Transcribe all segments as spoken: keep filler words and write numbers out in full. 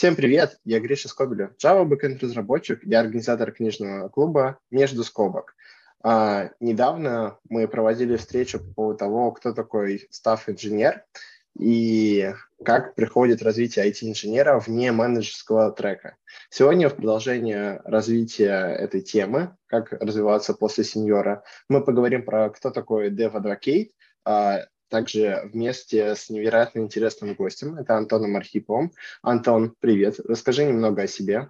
Всем привет, я Гриша Скобелев, Java Backend разработчик, я организатор книжного клуба «Между скобок». А, недавно мы проводили встречу по поводу того, кто такой стафф-инженер и как приходит развитие ай ти-инженера вне менеджерского трека. Сегодня в продолжение развития этой темы, как развиваться после сеньора, мы поговорим про кто такой dev-advocate, а, также вместе с невероятно интересным гостем, это Антоном Архиповым. Антон, привет. Расскажи немного о себе.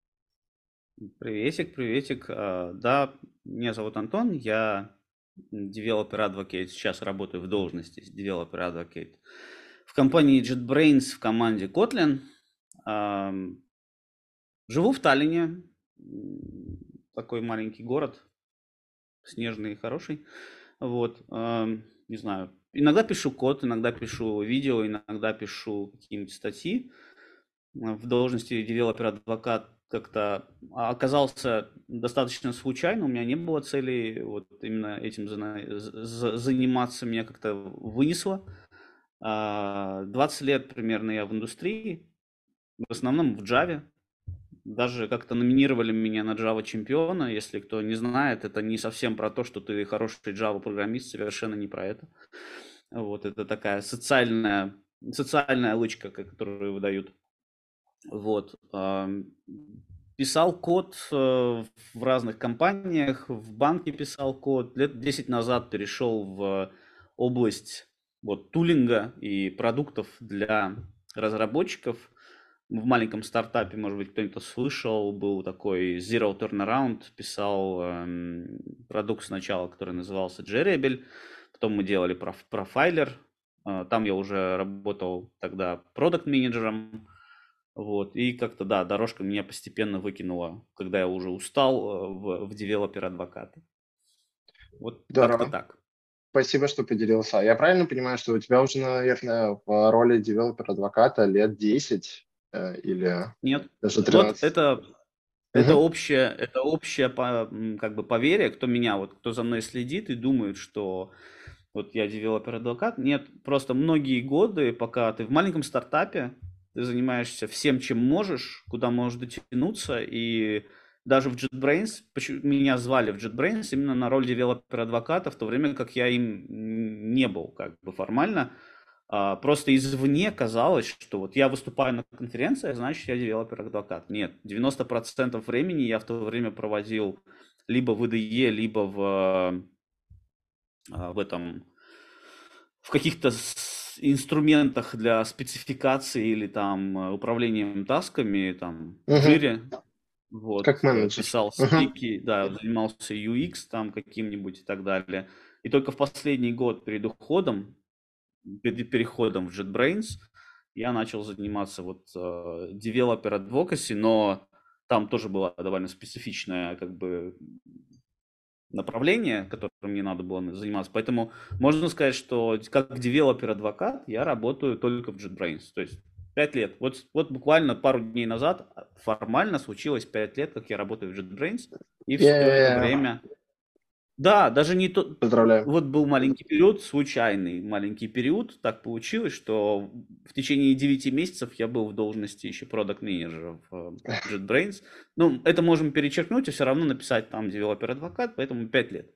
Приветик, приветик. А, Да, меня зовут Антон, я developer advocate, сейчас работаю в должности developer advocate в компании JetBrains в команде Kotlin. Ам, Живу в Таллине, м, такой маленький город, снежный и хороший. Вот, ам, не знаю, иногда пишу код, иногда пишу видео, иногда пишу какие-нибудь статьи. В должности девелопер-адвокат как-то оказался достаточно случайно, у меня не было целей вот именно этим зана- з- заниматься, меня как-то вынесло. А, двадцать лет примерно я в индустрии, в основном в Java. Даже как-то номинировали меня на Java чемпиона. Если кто не знает, это не совсем про то, что ты хороший Java программист, совершенно не про это. Вот это такая социальная, социальная лычка, которую выдают. Вот. ам, Писал код э, в разных компаниях, в банке писал код. Лет десять назад перешел в область вот, тулинга и продуктов для разработчиков. В маленьком стартапе, может быть, кто-нибудь слышал, был такой Zero Turnaround, писал эм, продукт сначала, который назывался JRebel, потом мы делали проф- профайлер, э, там я уже работал тогда продакт-менеджером, вот, и как-то, да, дорожка меня постепенно выкинула, когда я уже устал э, в, в девелопер-адвоката. Вот как-то Здорово. так. Спасибо, что поделился. Я правильно понимаю, что у тебя уже, наверное, в роли девелопера-адвоката лет десять э, или Нет, даже вот тринадцать? это, это Угу. общее, это общее по- м, как бы поверье, кто меня, вот кто за мной следит и думает, что вот я девелопер-адвокат. Нет, просто многие годы, пока ты в маленьком стартапе, ты занимаешься всем, чем можешь, куда можешь дотянуться, и даже в JetBrains, почему меня звали в JetBrains именно на роль девелопера-адвоката, в то время как я им не был как бы формально. А, Просто извне казалось, что вот я выступаю на конференции, значит, я девелопер-адвокат. Нет, девяносто процентов времени я в то время проводил либо в I D E, либо в, а, в этом в каких-то с- инструментах для спецификации или там э, управлением тасками, там в Угу. жире, вот, Как э, менеджер. писал Угу. спеки, да, занимался ю экс там каким-нибудь и так далее. И только в последний год перед уходом, перед переходом в JetBrains, я начал заниматься вот э, developer advocacy, но там тоже была довольно специфичная как бы направление, которым мне надо было заниматься. Поэтому можно сказать, что как девелопер-адвокат я работаю только в JetBrains. То есть пять лет. Вот, вот буквально пару дней назад формально случилось пять лет, как я работаю в JetBrains. И все это Я время да, даже не то. поздравляю. Вот был маленький период, случайный маленький период. Так получилось, что в течение девяти месяцев я был в должности еще продакт-менеджера в э, JetBrains. Ну, это можем перечеркнуть и все равно написать там девелопер-адвокат, поэтому пять лет.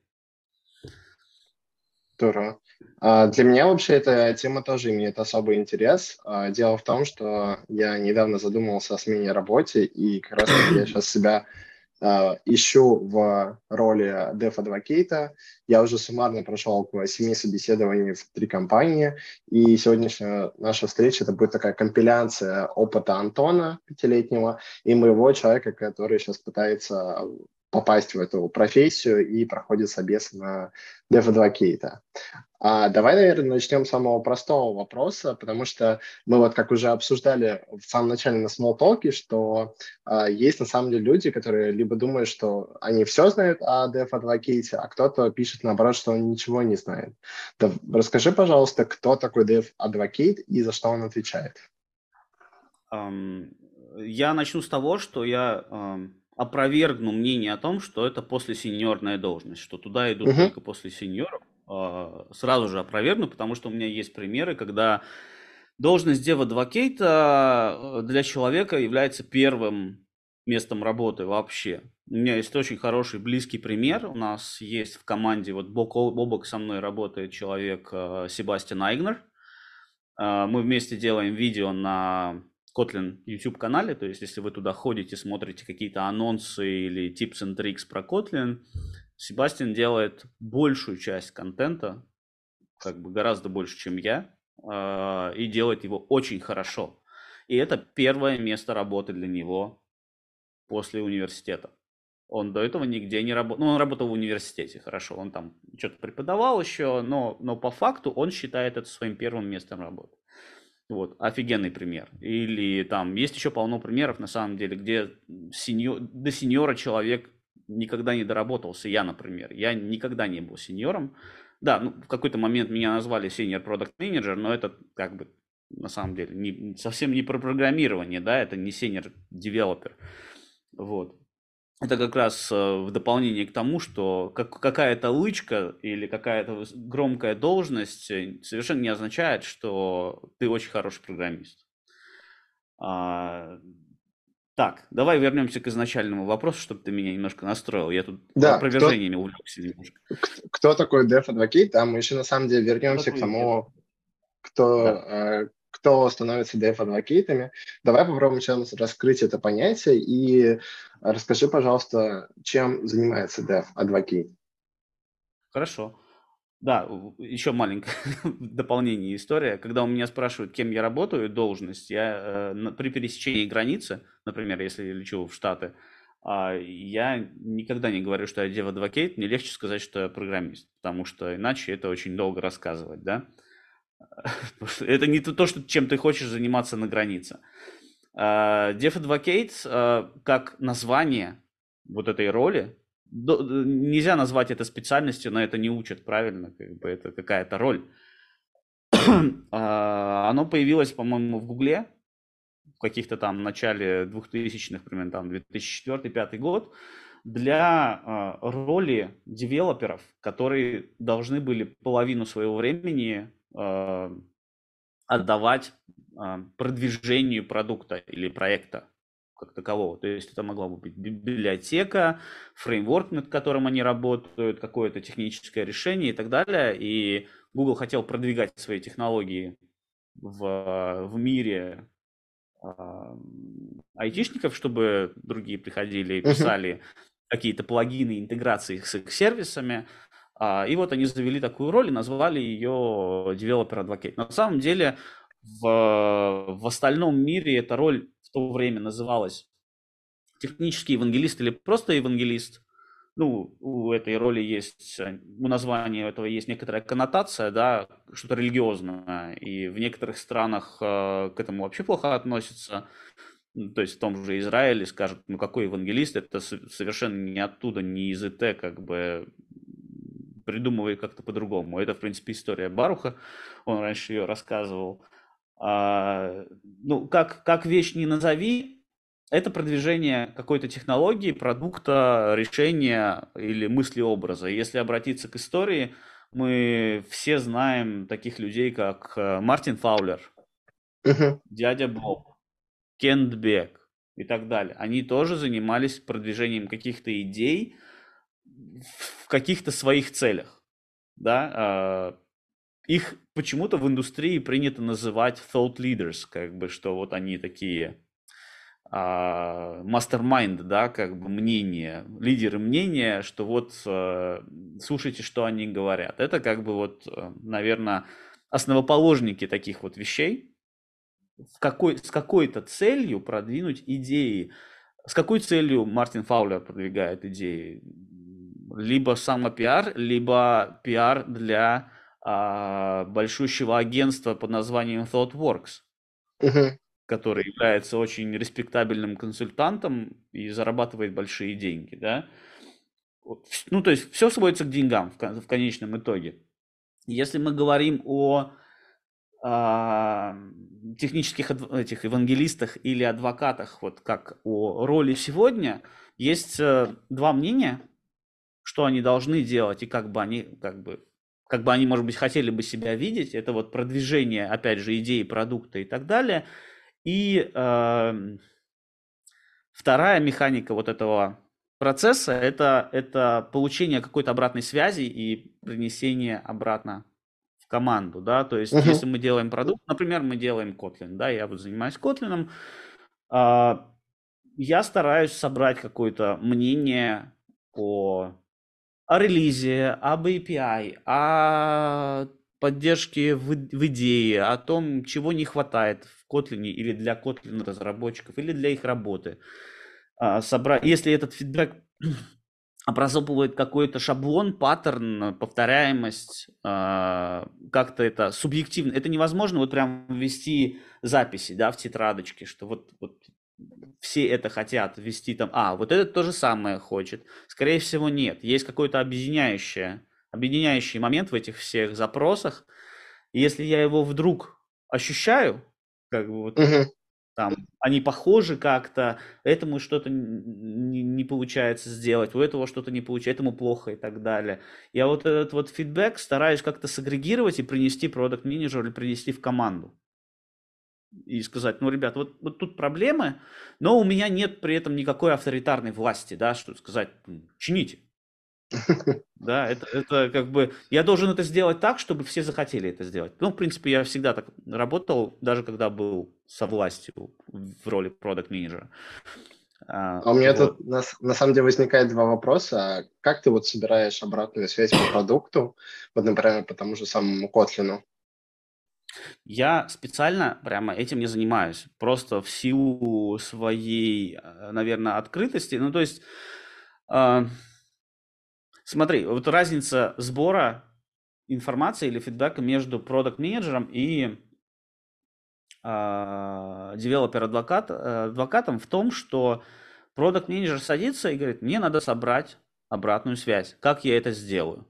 Здорово. А, Для меня вообще эта тема тоже имеет особый интерес. А, Дело в том, что я недавно задумался о смене работе, и как раз-таки я сейчас себя а, ищу в роли дев-адвокейта. Я уже суммарно прошел около семи собеседований в три компании, и сегодняшняя наша встреча это будет такая компиляция опыта Антона пятилетнего и моего человека, который сейчас пытается попасть в эту профессию и проходит собес на дев-адвокейта. А давай, наверное, начнем с самого простого вопроса, потому что мы вот как уже обсуждали в самом начале на смолтолке, что а, есть на самом деле люди, которые либо думают, что они все знают о дев-адвокейте, а кто-то пишет наоборот, что он ничего не знает. Да, расскажи, пожалуйста, кто такой дев-адвокейт и за что он отвечает. Ам, Я начну с того, что я ам, опровергну мнение о том, что это после сеньорная должность, что туда идут Угу, только после сеньоров. А, Сразу же опровергну, потому что у меня есть примеры, когда Должность dev-адвокейта для человека является первым местом работы вообще. У меня есть очень хороший близкий пример. У нас есть в команде, вот бок о бок со мной работает человек э, Себастьян Айгнер. Э, Мы вместе делаем видео на Kotlin YouTube канале, то есть если вы туда ходите, смотрите какие-то анонсы или tips and tricks про Kotlin, Себастьян делает большую часть контента, как бы гораздо больше, чем я, э, и делает его очень хорошо. И это первое место работы для него после университета. Он до этого нигде не работал. Ну, он работал в университете, хорошо. Он там что-то преподавал еще, но, но по факту он считает это своим первым местом работы. Вот, офигенный пример. Или там есть еще полно примеров, на самом деле, где сеньор, до сеньора человек никогда не доработался. Я, например, я никогда не был сеньором. Да, ну, в какой-то момент меня назвали senior product manager, но это как бы на самом деле не, совсем не про программирование, да, это не senior developer. Вот. Это как раз э, в дополнение к тому, что как, какая-то лычка или какая-то громкая должность э, совершенно не означает, что ты очень хороший программист. А, так, давай вернемся к изначальному вопросу, чтобы ты меня немножко настроил. Я тут Да, кто, опровержениями увлекся немножко. кто такой dev-адвокат, а мы еще на самом деле Кто вернемся к такой Dev? тому, кто, Да, э, кто становится dev-адвокатами. Давай попробуем сейчас раскрыть это понятие и расскажи, пожалуйста, чем занимается dev-адвокат. хорошо. Да, еще маленькое дополнение история. Когда у меня спрашивают, кем я работаю, должность, я э, на- при пересечении границы, например, если я лечу в Штаты, а, я никогда не говорю, что я dev-адвокат, мне легче сказать, что я программист, потому что иначе это очень долго рассказывать, да? Потому что это не то, то, что, чем ты хочешь заниматься на границе. А, Dev-адвокат, а, как название вот этой роли, до- д- нельзя назвать это специальностью, но это не учат, правильно? Как бы это какая-то роль. А, Оно появилось, по-моему, в Гугле в каких-то там начале двухтысячных, примерно там две тысячи четвёртый — две тысячи пятый год, для а, роли девелоперов, которые должны были половину своего времени а, отдавать а, продвижению продукта или проекта как такового. То есть это могла быть библиотека, фреймворк, над которым они работают, какое-то техническое решение и так далее. И Google хотел продвигать свои технологии в, в мире а, айтишников, чтобы другие приходили и Мгм. писали какие-то плагины, интеграции с их сервисами. А, И вот они завели такую роль и назвали ее Developer Advocate. На самом деле в, в остальном мире эта роль в то время называлась технический евангелист или просто евангелист. Ну, у этой роли есть, э, у названия этого есть некоторая коннотация, да, что-то религиозное, и в некоторых странах э, к этому вообще плохо относятся. Ну, то есть в том же Израиле скажут, ну какой евангелист, это с- совершенно не оттуда, не из ИТ, как бы придумывай как-то по-другому. Это, в принципе, история Баруха, он раньше ее рассказывал. А, ну, как, как вещь не назови, это продвижение какой-то технологии, продукта, решения или мысли-образа. Если обратиться к истории, мы все знаем таких людей, как э, Мартин Фаулер, Мгм. дядя Боб, Кент Бек и так далее. Они тоже занимались продвижением каких-то идей в каких-то своих целях. Да? а, Их почему-то в индустрии принято называть thought leaders, как бы, что вот они такие а, mastermind, да, как бы мнение, лидеры мнения, что вот э, слушайте, что они говорят. Это как бы вот, наверное, основоположники таких вот вещей, в какой, с какой-то целью продвинуть идеи. С какой целью Мартин Фаулер продвигает идеи? Либо самопиар, либо пиар для а, большущего агентства под названием ThoughtWorks, Мгм. который является очень респектабельным консультантом и зарабатывает большие деньги, да? Вот. Ну, то есть все сводится к деньгам в, кон- в конечном итоге. Если мы говорим о а, технических адв- этих евангелистах или адвокатах, вот как о роли сегодня, есть э, два мнения, что они должны делать и как бы они как бы как бы они, может быть, хотели бы себя видеть. Это вот продвижение, опять же, идеи, продукта и так далее. И э, вторая механика вот этого процесса это, это получение какой-то обратной связи и принесение обратно в команду, да, то есть Мгм. если мы делаем продукт, например, мы делаем Kotlin, да, я вот занимаюсь Kotlin, а, я стараюсь собрать какое-то мнение о, о релизе, об эй пи ай, о поддержке в, и- в идее, о том, чего не хватает в Kotlin или для Kotlin разработчиков, или для их работы. А, собрать, если этот фидбэк образовывает какой-то шаблон, паттерн, повторяемость, а, как-то это субъективно. Это невозможно вот прям ввести записи, да, в тетрадочке, что вот, вот все это хотят ввести там, а, вот этот то же самое хочет. Скорее всего, нет. Есть какой-то объединяющий, объединяющий момент в этих всех запросах. И если я его вдруг ощущаю, как бы вот Мгм. там они похожи как-то, этому что-то не, не получается сделать, у этого что-то не получается, этому плохо и так далее. Я вот этот вот фидбэк стараюсь как-то сагрегировать и принести продакт-менеджеру или принести в команду. И сказать, ну, ребят, вот, вот тут проблемы, но у меня нет при этом никакой авторитарной власти, да, что сказать, «М, чините. Да, это, это как бы, я должен это сделать так, чтобы все захотели это сделать. Ну, в принципе, я всегда так работал, даже когда был со властью в роли продакт-менеджера. А, А у меня тут вот. на, с- на самом деле возникает два вопроса. А как ты вот собираешь обратную связь по продукту, вот, например, по тому же самому Котлину? Я специально прямо этим не занимаюсь, просто в силу своей, наверное, открытости. Ну, то есть, а, смотри, вот разница сбора информации или фидбэка между продакт-менеджером и девелопер-адвокат, адвокатом в том, что продакт-менеджер садится и говорит, мне надо собрать обратную связь. Как я это сделаю?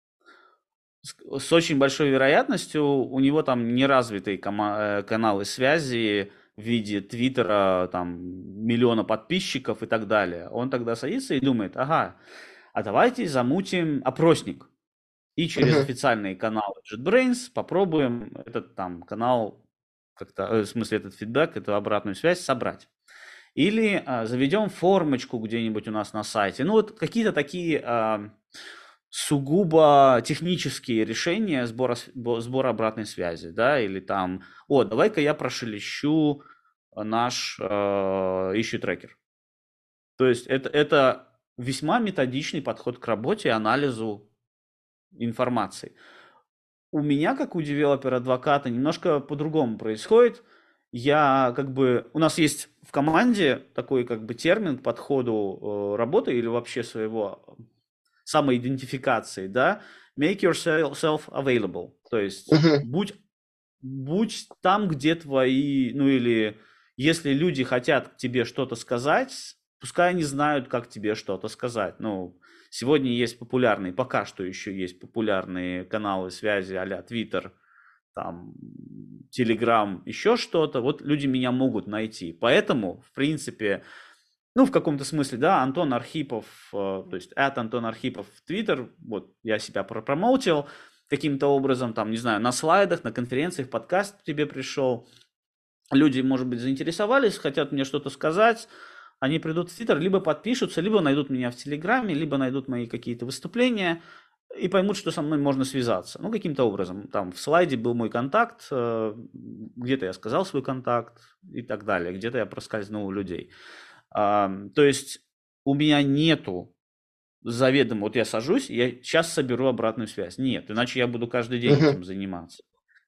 С, с очень большой вероятностью у него там неразвитые кома- э, каналы связи в виде Твиттера, там, миллиона подписчиков и так далее. Он тогда садится и думает, ага, а давайте замутим опросник. И через Мгм. официальные каналы JetBrains попробуем этот там канал, как-то, э, в смысле этот фидбэк, эту обратную связь собрать. Или а, заведем формочку где-нибудь у нас на сайте. Ну вот какие-то такие а, сугубо технические решения сбора, с- бо- сбора обратной связи, да, или там, о, давай-ка я прошелещу наш э, issue трекер. То есть это, это весьма методичный подход к работе и анализу информации. У меня, как у девелопера-адвоката, немножко по-другому происходит. Я как бы... У нас есть в команде такой как бы термин к подходу э, работы или вообще своего самоидентификации, да, make yourself available, то есть Мгм. будь, будь там, где твои, ну или если люди хотят тебе что-то сказать, пускай они знают, как тебе что-то сказать. Ну, сегодня есть популярные, пока что еще есть популярные каналы связи а-ля Twitter, там, Telegram, еще что-то. Вот люди меня могут найти. Поэтому, в принципе, ну, в каком-то смысле, да, Антон Архипов, э, то есть at Антон Архипов в Твиттер, вот я себя пропромоутил каким-то образом, там, не знаю, на слайдах, на конференциях, подкаст к тебе пришел, люди, может быть, заинтересовались, хотят мне что-то сказать, они придут в Твиттер, либо подпишутся, либо найдут меня в Телеграме, либо найдут мои какие-то выступления и поймут, что со мной можно связаться. Ну, каким-то образом. Там в слайде был мой контакт, э, где-то я сказал свой контакт и так далее, где-то я проскользнул у людей. Ам, то есть у меня нету заведомо, вот я сажусь, я сейчас соберу обратную связь. Нет, иначе я буду каждый день Мгм. этим заниматься.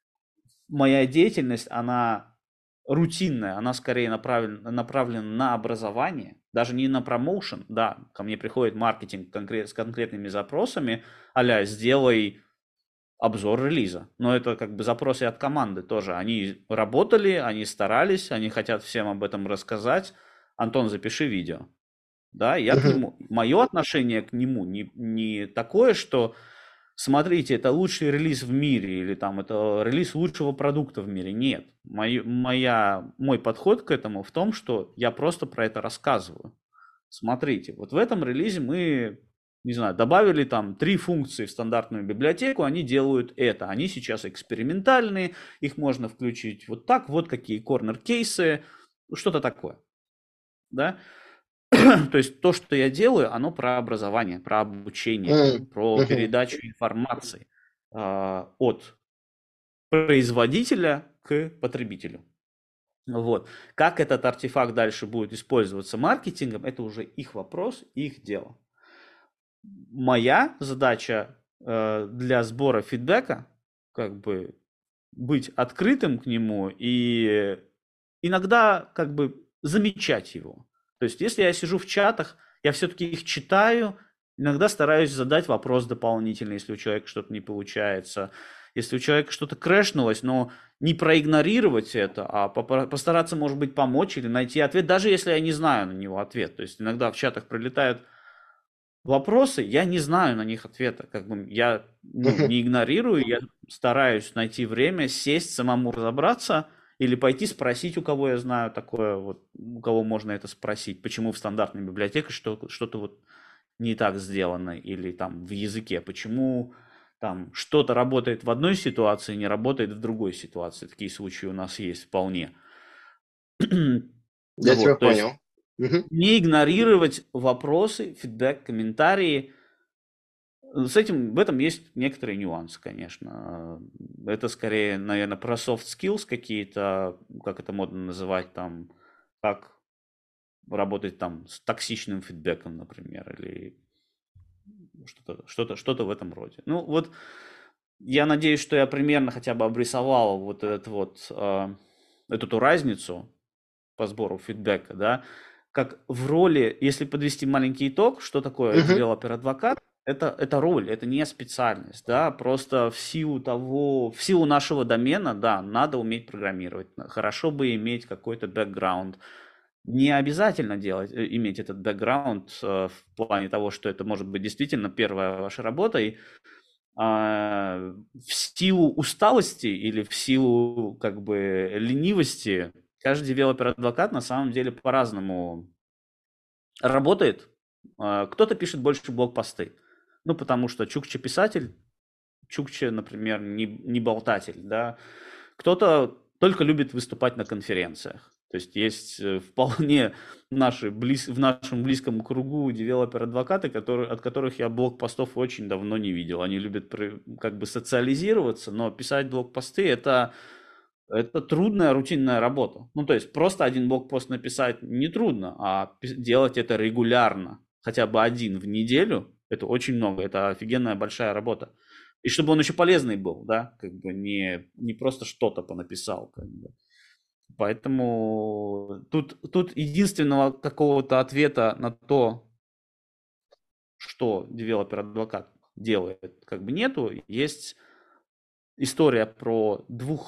Моя деятельность, она рутинная, она скорее направлена, направлена на образование, даже не на промоушен. Да, ко мне приходит маркетинг конкрет, с конкретными запросами, а сделай обзор релиза. Но это как бы запросы от команды тоже. Они работали, они старались, они хотят всем об этом рассказать. Антон, запиши видео. Да, я к Мгм. нему, мое отношение к нему не, не такое, что смотрите, это лучший релиз в мире или там это релиз лучшего продукта в мире. Нет, мой, моя, мой подход к этому в том, что я просто про это рассказываю. Смотрите, вот в этом релизе мы не знаю, добавили там три функции в стандартную библиотеку, они делают это. Они сейчас экспериментальные, их можно включить вот так, вот какие корнер-кейсы, что-то такое. Да? То есть то, что я делаю, оно про образование, про обучение, М, про мгм. передачу информации а, от производителя к потребителю. Вот. Как этот артефакт дальше будет использоваться маркетингом, это уже их вопрос, их дело. Моя задача э, для сбора фидбэка, как бы быть открытым к нему и иногда как бы замечать его. То есть, если я сижу в чатах, я все-таки их читаю, иногда стараюсь задать вопрос дополнительный, если у человека что-то не получается. Если у человека что-то крэшнулось, но не проигнорировать это, а постараться, может быть, помочь или найти ответ, даже если я не знаю на него ответ. То есть, иногда в чатах прилетают вопросы, я не знаю на них ответа. Как бы я ну, Мгм. не игнорирую, я стараюсь найти время, сесть, самому разобраться или пойти спросить, у кого я знаю такое, вот, у кого можно это спросить, почему в стандартной библиотеке что, что-то вот не так сделано, или там в языке, почему там что-то работает в одной ситуации, не работает в другой ситуации. Такие случаи у нас есть вполне. Я тебя Вот, то есть понял. Мгм. не игнорировать вопросы, фидбэк, комментарии. С этим, в этом есть некоторые нюансы, конечно. Это скорее, наверное, про soft skills какие-то, как это модно называть, там, как работать там с токсичным фидбэком, например, или что-то, что-то, что-то в этом роде. Ну, вот я надеюсь, что я примерно хотя бы обрисовал вот этот вот, э, эту разницу по сбору фидбэка, да, как в роли, если подвести маленький итог, что такое Мгм. девелопер-адвокат, это, это роль, это не специальность, да, просто в силу того, в силу нашего домена, да, надо уметь программировать, хорошо бы иметь какой-то бэкграунд, не обязательно делать, э, иметь этот бэкграунд э, в плане того, что это может быть действительно первая ваша работа, и а, в силу усталости или в силу как бы ленивости каждый девелопер-адвокат на самом деле по-разному работает. А, Кто-то пишет больше блог-посты. Ну, потому что Чукча писатель, Чукча, например, не, не болтатель, да. Кто-то только любит выступать на конференциях. То есть есть э, вполне наши близ, в нашем близком кругу девелопер-адвокаты, которые, от которых я блог-постов очень давно не видел. Они любят при- как бы социализироваться, но писать блог-посты это, это трудная рутинная работа. Ну, то есть просто один блог-пост написать не трудно, а пи- делать это регулярно, хотя бы один в неделю, это очень много, это офигенная большая работа. И чтобы он еще полезный был, да, как бы не, не просто что-то понаписал, как бы. Поэтому тут, тут единственного какого-то ответа на то, что девелопер-адвокат делает, как бы нету. Есть история про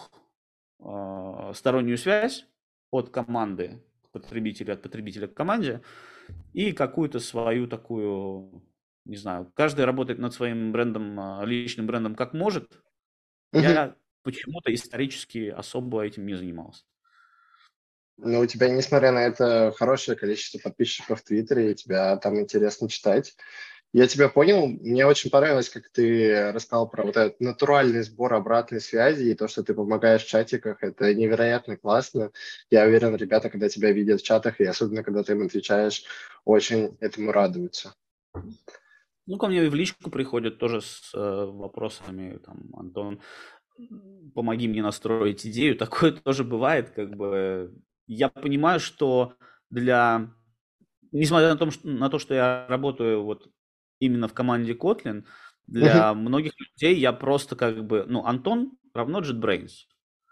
двухстороннюю связь от команды к потребителю, от потребителя к команде, и какую-то свою такую, не знаю, каждый работает над своим брендом, а, личным брендом как может. Мгм. Я почему-то исторически особо этим не занимался. Но у тебя, несмотря на это, хорошее количество подписчиков в Твиттере, и тебя там интересно читать. Я тебя понял. Мне очень понравилось, как ты рассказал про вот этот натуральный сбор обратной связи и то, что ты помогаешь в чатиках. Это невероятно классно. Я уверен, ребята, когда тебя видят в чатах, и особенно когда ты им отвечаешь, очень этому радуются. Ну, ко мне и в личку приходят тоже с э, вопросами, там, Антон, помоги мне настроить идею. Такое тоже бывает, как бы. Я понимаю, что для, несмотря на, том, что, на то, что я работаю вот именно в команде Kotlin, Мгм. для многих людей я просто как бы, ну, Антон равно JetBrains.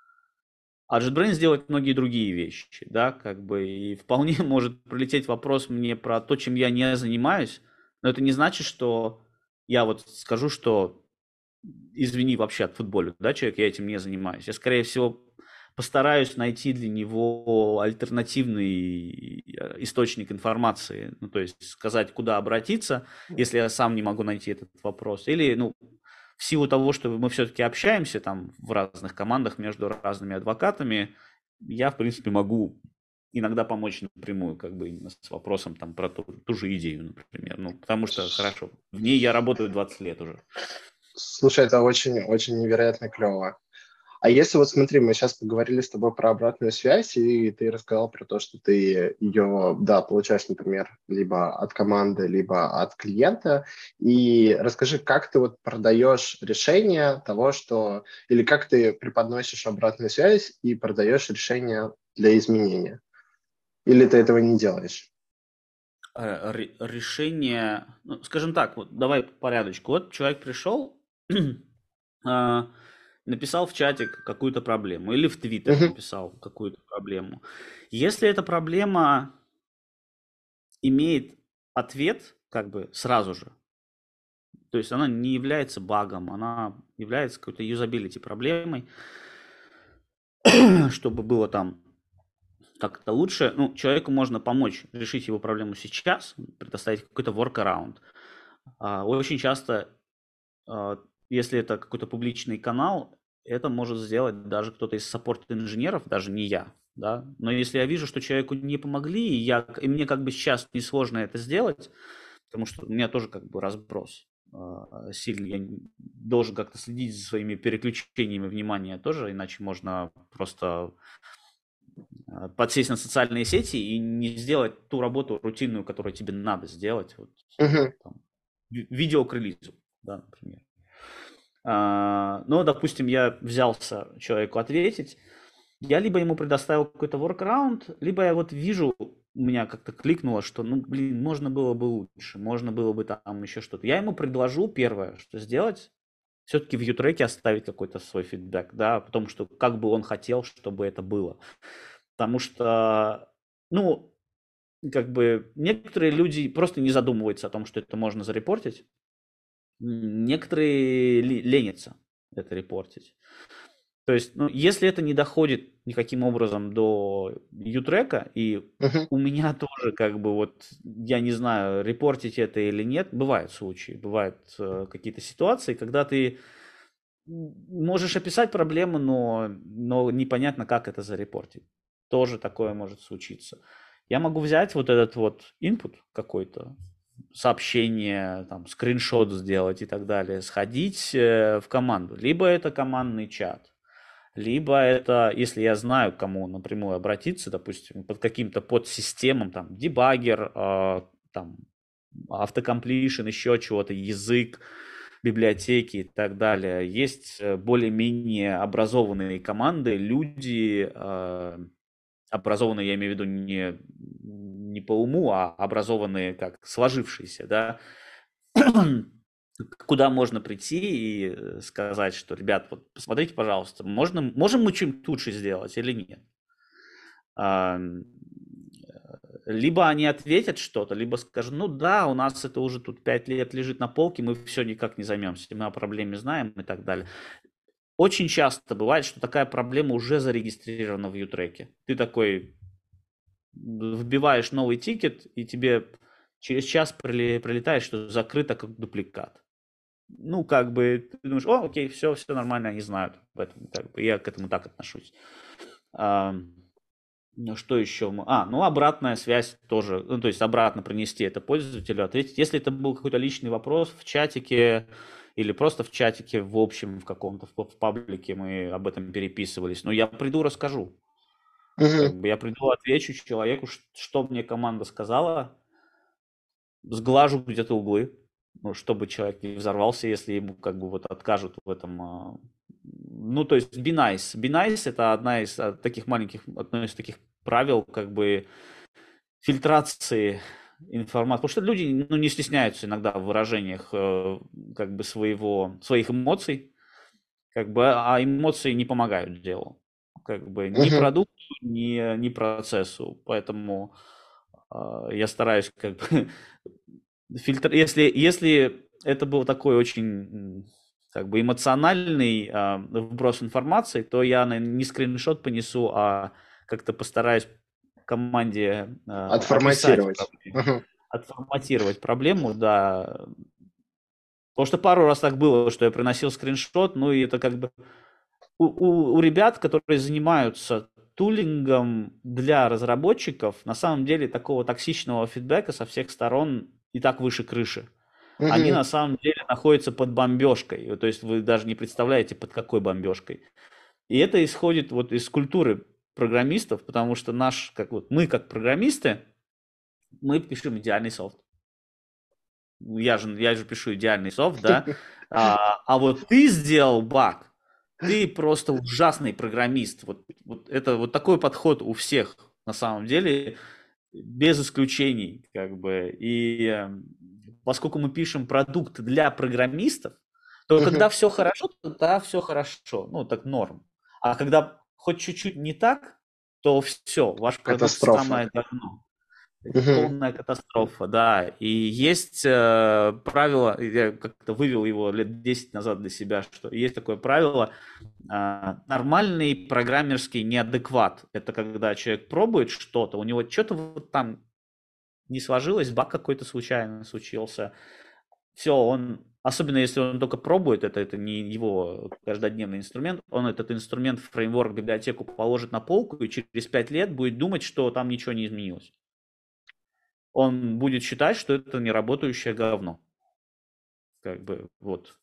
А JetBrains делает многие другие вещи, да, как бы, и вполне может прилететь вопрос мне про то, чем я не занимаюсь, но это не значит, что я вот скажу, что извини, вообще от футболя, да, человек, я этим не занимаюсь. Я, скорее всего, постараюсь найти для него альтернативный э, источник информации, ну, то есть сказать, куда обратиться, если я сам не могу найти этот вопрос. Или, ну, в силу того, что мы все-таки общаемся там в разных командах между разными адвокатами, я, в принципе, могу иногда помочь напрямую, как бы именно с вопросом там про ту, ту же идею, например. Ну, потому что, хорошо, в ней я работаю двадцать лет уже. Слушай, это очень, очень невероятно клево. А если вот смотри, мы сейчас поговорили с тобой про обратную связь, и ты рассказал про то, что ты ее, да, получаешь, например, либо от команды, либо от клиента. И расскажи, как ты вот продаешь решение того, что... Или как ты преподносишь обратную связь и продаешь решение для изменения? Или ты этого не делаешь? Э, ре- Решение, ну, скажем так, вот давай по порядочку. Вот человек пришел, а, написал в чатик какую-то проблему или в Твиттере Мгм, написал какую-то проблему. Если эта проблема имеет ответ как бы сразу же, то есть она не является багом, она является какой-то юзабилити проблемой, чтобы было там как-то лучше, ну, человеку можно помочь решить его проблему сейчас, предоставить какой-то workaround. А, Очень часто, а, если это какой-то публичный канал, это может сделать даже кто-то из саппорт-инженеров, даже не я, да. Но если я вижу, что человеку не помогли, и, я, и мне как бы сейчас несложно это сделать, потому что у меня тоже как бы разброс а, сильный, я не- должен как-то следить за своими переключениями внимания тоже, иначе можно просто а, подсесть на социальные сети и не сделать ту работу рутинную, которую тебе надо сделать, вот, мгм, там, ви- видео к релизу, да, например. А, но, допустим, я взялся человеку ответить, я либо ему предоставил какой-то workaround, либо я вот вижу, у меня как-то кликнуло, что, ну, блин, можно было бы лучше, можно было бы там еще что-то. Я ему предложу первое, что сделать, все-таки в ютреке оставить какой-то свой фидбэк, да, потому что как бы он хотел, чтобы это было. Потому что, ну, как бы некоторые люди просто не задумываются о том, что это можно зарепортить. Некоторые ленятся это репортить. То есть, ну, если это не доходит никаким образом до ютрека, и мгм, у меня тоже, как бы, вот, я не знаю, репортить это или нет, бывают случаи, бывают э, какие-то ситуации, когда ты можешь описать проблему, но, но непонятно, как это зарепортить. Тоже такое может случиться. Я могу взять вот этот вот input какой-то, сообщение, там, скриншот сделать и так далее, сходить э, в команду. Либо это командный чат, либо это, если я знаю, к кому напрямую обратиться, допустим, под каким-то подсистемам, там, дебаггер, э, там, автокомплишн, еще чего-то, язык, библиотеки и так далее. Есть э, более-менее образованные команды, люди, э, образованные, я имею в виду не, не по уму, а образованные как сложившиеся, да, куда можно прийти и э, сказать, что, ребят, вот посмотрите, пожалуйста, можно, можем мы что-нибудь лучше сделать или нет? А, Либо они ответят что-то, либо скажут, ну да, у нас это уже тут пять лет лежит на полке, мы все никак не займемся, мы о проблеме знаем и так далее. Очень часто бывает, что такая проблема уже зарегистрирована в ютреке. Ты такой вбиваешь новый тикет, и тебе через час прилетает, что закрыто как дубликат. Ну, как бы, ты думаешь, о, окей, все, все нормально, они знают об этом, как бы, я к этому так отношусь. А, ну, что еще? А, ну, обратная связь тоже, ну, то есть обратно принести это пользователю, ответить. Если это был какой-то личный вопрос в чатике или просто в чатике в общем, в каком-то, в, в паблике мы об этом переписывались, ну, я приду, расскажу. мгм, Как бы я приду, отвечу человеку, что мне команда сказала, сглажу где-то углы, ну, чтобы человек не взорвался, если ему как бы вот откажут в этом. а, Ну, то есть be nice. Be nice — это одна из а, таких маленьких, одно из таких правил как бы фильтрации информации. Потому что люди, ну, не стесняются иногда в выражениях э, как бы своего, своих эмоций, как бы, а эмоции не помогают делу. Как бы ни мгм. продукту, ни, ни процессу. Поэтому а, я стараюсь как бы фильтр, если, если это был такой очень как бы эмоциональный а, вброс информации, то я наверно, не скриншот понесу, а как-то постараюсь команде а, описать Отформатировать. проблему, Мгм, отформатировать проблему, да. Потому что пару раз так было, что я приносил скриншот, ну и это как бы у, у, у ребят, которые занимаются тулингом для разработчиков на самом деле такого токсичного фидбэка со всех сторон и так выше крыши. Они Мгм. на самом деле находятся под бомбежкой. То есть вы даже не представляете, под какой бомбежкой. И это исходит вот из культуры программистов, потому что наш, как вот мы как программисты, мы пишем идеальный софт. Я же, я же пишу идеальный софт, да. А, а вот ты сделал баг, ты просто ужасный программист. Вот, вот это вот такой подход у всех на самом деле, без исключений, как бы. И э, поскольку мы пишем продукт для программистов, то Мгм. когда все хорошо, тогда все хорошо, ну так норм. А когда хоть чуть-чуть не так, то все, ваш продукт Катастрофа. самое говно. Мгм. Полная катастрофа, да. И есть э, правило, я как-то вывел его лет десять назад для себя, что есть такое правило, э, нормальный программерский неадекват. Это когда человек пробует что-то, у него что-то вот там не сложилось, баг какой-то случайно случился. Все, он, особенно если он только пробует, это, это не его каждодневный инструмент, он этот инструмент, фреймворк, библиотеку положит на полку и через пять лет будет думать, что там ничего не изменилось. Он будет считать, что это неработающее говно. Как бы вот.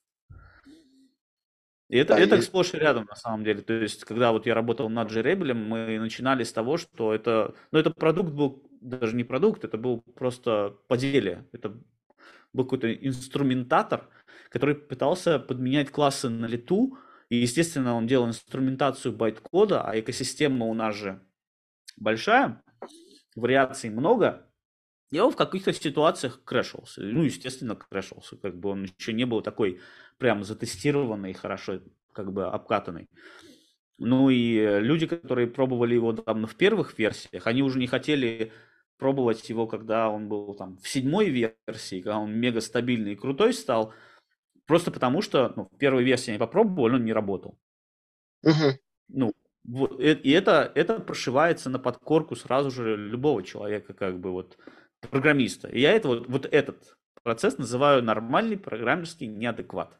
И это, Да, это и- сплошь и рядом на самом деле. То есть, когда вот я работал над Grebel, мы начинали с того, что это, ну, это продукт был, даже не продукт, это был просто поделие. Это был какой-то инструментатор, который пытался подменять классы на лету. И, естественно, он делал инструментацию байт-кода, а экосистема у нас же большая, вариаций много. И он в каких-то ситуациях крэшился. Ну, естественно, крэшился. Как бы он еще не был такой прям затестированный, хорошо как бы обкатанный. Ну и люди, которые пробовали его там в первых версиях, они уже не хотели пробовать его, когда он был там в седьмой версии, когда он мега стабильный и крутой стал, просто потому что ну, в первой версии они попробовали, он не работал. Мгм. Ну, вот, э- и это, это прошивается на подкорку сразу же любого человека, как бы вот программиста. И я это вот, вот этот процесс называю нормальный программерский неадекват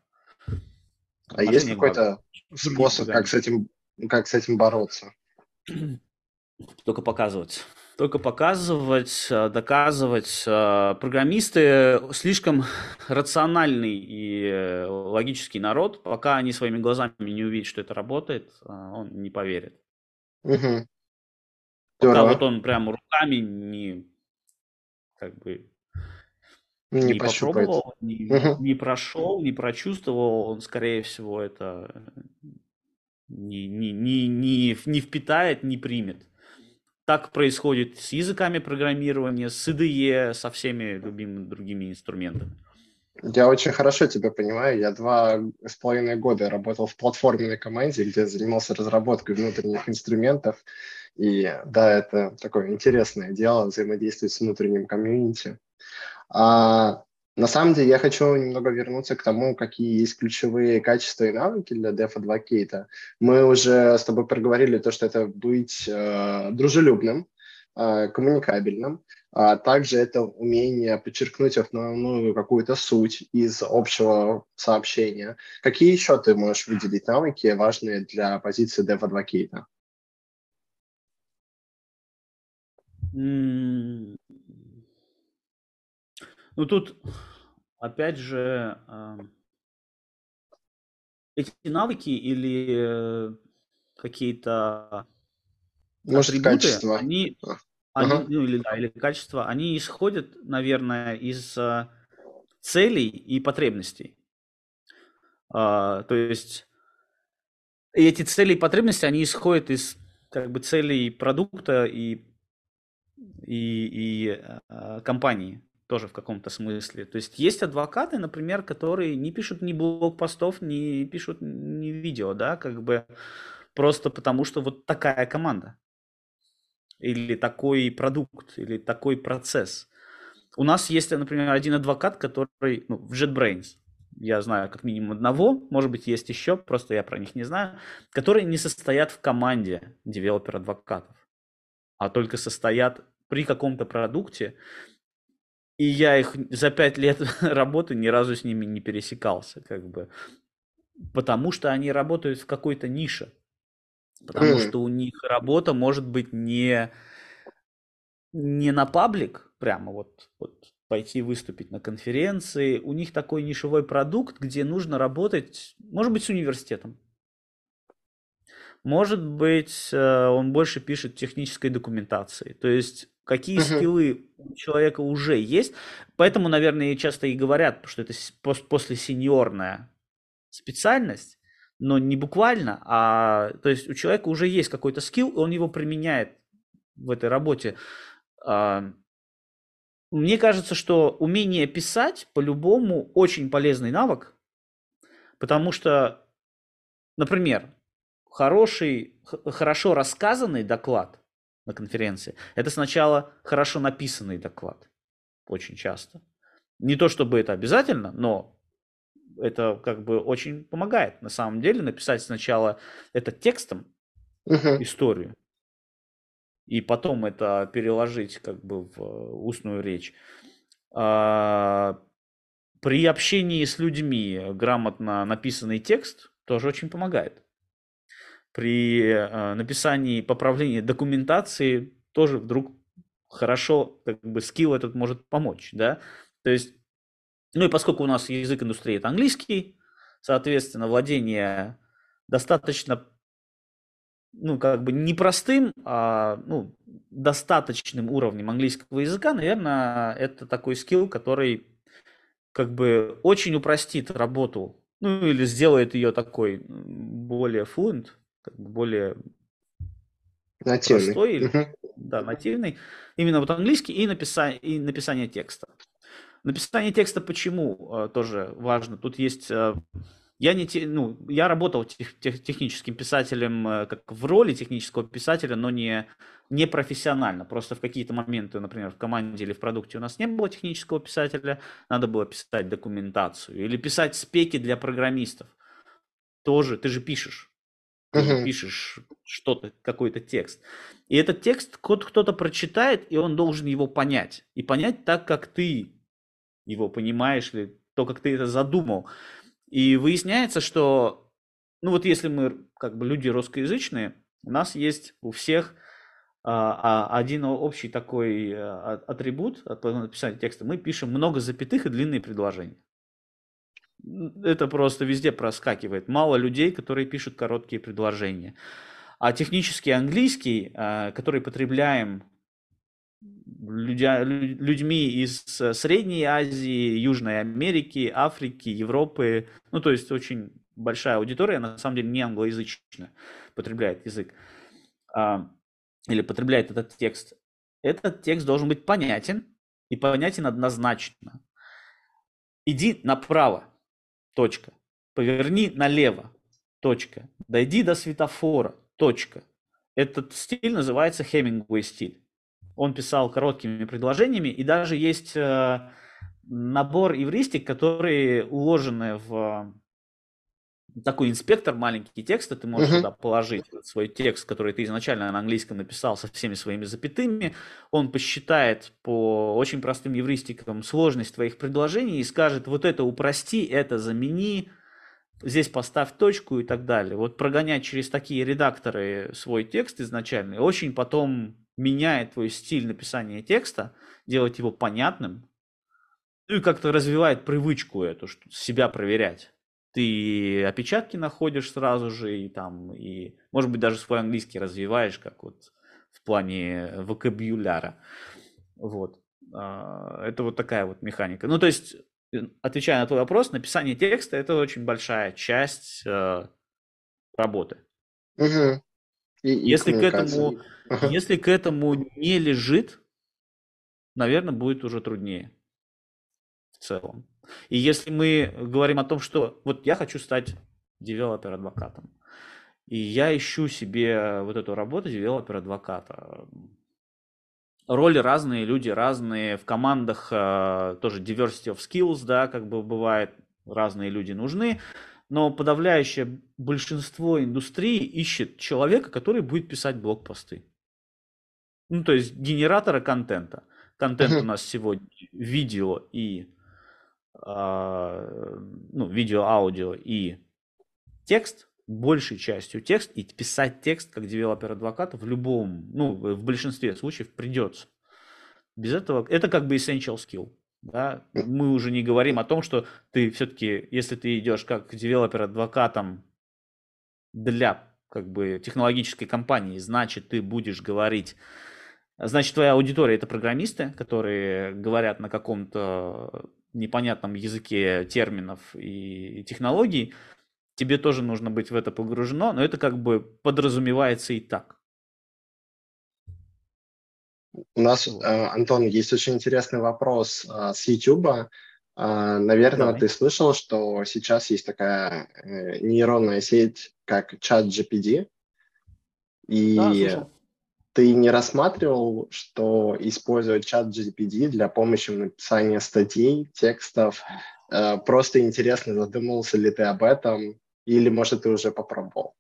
в А есть отношении к багам. какой-то Другие способ, как с программисты. этим, как с этим бороться? Только показывать. Только показывать, э, доказывать. Э, Программисты слишком рациональный и э, логический народ. Пока они своими глазами не увидят, что это работает, э, он не поверит. Мгм. Пока вот Здорово. он прям руками не, как бы, Не не пощупает. попробовал, не, Мгм. не прошел, не прочувствовал, он, скорее всего, это не, не, не, не, не впитает, не примет. Так происходит с языками программирования, с I D E, со всеми любимыми другими инструментами. Я очень хорошо тебя понимаю. Я два с половиной года работал в платформенной команде, где занимался разработкой внутренних инструментов. И да, это такое интересное дело, взаимодействовать с внутренним комьюнити. А, на самом деле я хочу немного вернуться к тому, какие есть ключевые качества и навыки для дев-адвокейта. Мы уже с тобой проговорили то, что это быть э, дружелюбным, э, коммуникабельным, а также это умение подчеркнуть основную какую-то суть из общего сообщения. Какие еще ты можешь выделить навыки, важные для позиции дев-адвокейта? М, Ну тут, опять же, а, эти навыки или э, какие-то Может, атрибуты, качество? они, А, они, ага. ну или да, или качества, они исходят, наверное, из а, целей и потребностей. А, то есть и эти цели и потребности, они исходят из как бы целей продукта и и, и э, компании тоже в каком-то смысле. То есть есть адвокаты, например, которые не пишут ни блогпостов, не пишут ни видео, да, как бы просто потому, что вот такая команда или такой продукт, или такой процесс. У нас есть, например, один адвокат, который ну, в JetBrains, я знаю как минимум одного, может быть, есть еще, просто я про них не знаю, которые не состоят в команде девелопер-адвокатов, а только состоят при каком-то продукте, и я их за пять лет работы ни разу с ними не пересекался, как бы, потому что они работают в какой-то нише. потому что у них работа может быть не, не на паблик, прямо вот, вот пойти выступить на конференции. У них такой нишевой продукт, где нужно работать, может быть, с университетом. Может быть, э, он больше пишет технической документации. То есть, какие Мгм. скиллы у человека уже есть. Поэтому, наверное, часто и говорят, что это с- пос- после сеньорная специальность, но не буквально, а то есть у человека уже есть какой-то скилл, и он его применяет в этой работе. А, Мне кажется, что умение писать по-любому очень полезный навык, потому что, например, хороший, х- хорошо рассказанный доклад на конференции — это сначала хорошо написанный доклад, очень часто. Не то чтобы это обязательно, но это как бы очень помогает на самом деле написать сначала это текстом, Мгм. историю, и потом это переложить как бы в устную речь. А, При общении с людьми грамотно написанный текст тоже очень помогает. При э, написании, поправлении документации тоже вдруг хорошо, как бы скилл этот может помочь, да. То есть, ну и поскольку у нас язык индустрии — это английский, соответственно, владение достаточно, ну, как бы не простым, а, ну, достаточным уровнем английского языка, наверное, это такой скилл, который как бы очень упростит работу, ну, или сделает ее такой более fluent, как бы более Нативный. простой, или, Мгм. да, нативный, именно вот английский и написание, и написание текста. Написание текста почему э, тоже важно? Тут есть э, я не те, ну, я работал тех, тех- техническим писателем, э, как в роли технического писателя, но не, не профессионально. Просто в какие-то моменты, например, в команде или в продукте у нас не было технического писателя, надо было писать документацию или писать спеки для программистов. Тоже ты же пишешь. Ты Мгм. пишешь что-то, какой-то текст. И этот текст кто-то прочитает, и он должен его понять. И понять так, как ты его понимаешь, или то, как ты это задумал. И выясняется, что, ну вот если мы как бы люди русскоязычные, у нас есть у всех а, а, один общий такой а, атрибут от написания текста. Мы пишем много запятых и длинные предложения. Это просто везде проскакивает. Мало людей, которые пишут короткие предложения. А технический английский, а, который потребляем людя, людьми из э, Средней Азии, Южной Америки, Африки, Европы. Ну, то есть очень большая аудитория, на самом деле не англоязычная, потребляет язык а, или потребляет этот текст. Этот текст должен быть понятен и понятен однозначно. Иди направо, точка. Поверни налево, точка. Дойди до светофора, точка. Этот стиль называется Хемингуэй стиль. Он писал короткими предложениями, и даже есть э, набор эвристик, которые уложены в такой инспектор, маленький текст, ты можешь Мгм. туда положить свой текст, который ты изначально на английском написал со всеми своими запятыми. Он посчитает по очень простым эвристикам сложность твоих предложений и скажет: вот это упрости, это замени, здесь поставь точку и так далее. Вот прогонять через такие редакторы свой текст изначальный очень потом меняет твой стиль написания текста, делать его понятным, ну и как-то развивает привычку эту, что себя проверять. Ты опечатки находишь сразу же, и там, и, может быть, даже свой английский развиваешь, как вот в плане вокабуляра. Вот. А, Это вот такая вот механика. Ну, то есть, э, отвечая на твой вопрос, написание текста — это очень большая часть э, работы. Мгм. И, и Если к коммуникация. этому, Ага. если к этому не лежит, наверное, будет уже труднее в целом. И если мы говорим о том, что вот я хочу стать девелопер-адвокатом, и я ищу себе вот эту работу девелопер-адвоката. Роли разные, люди разные, в командах э, тоже diversity of skills, да, как бы бывает, разные люди нужны, но подавляющее большинство индустрии ищет человека, который будет писать блогпосты. Ну, то есть генератора контента. Контент у Мгм. нас сегодня видео и а, ну, видео, аудио и текст. большей частью текст, и писать текст как девелопер-адвокат в любом, ну, в большинстве случаев придется. Без этого, это как бы essential skill. Да? Мы уже не говорим о том, что ты все-таки, если ты идешь как девелопер-адвокатом для как бы технологической компании, значит, ты будешь говорить, значит, твоя аудитория это программисты, которые говорят на каком-то непонятном языке терминов и технологий, тебе тоже нужно быть в это погружено, но это как бы подразумевается и так. У нас, э, Антон, есть очень интересный вопрос э, с YouTube. Э, наверное, Давай. ты слышал, что сейчас есть такая э, нейронная сеть, как ChatGPT, Да, и слышал. ты не рассматривал, что использовать ChatGPT для помощи в написании статей, текстов? Э, просто интересно, задумывался ли ты об этом, или, может, ты уже попробовал?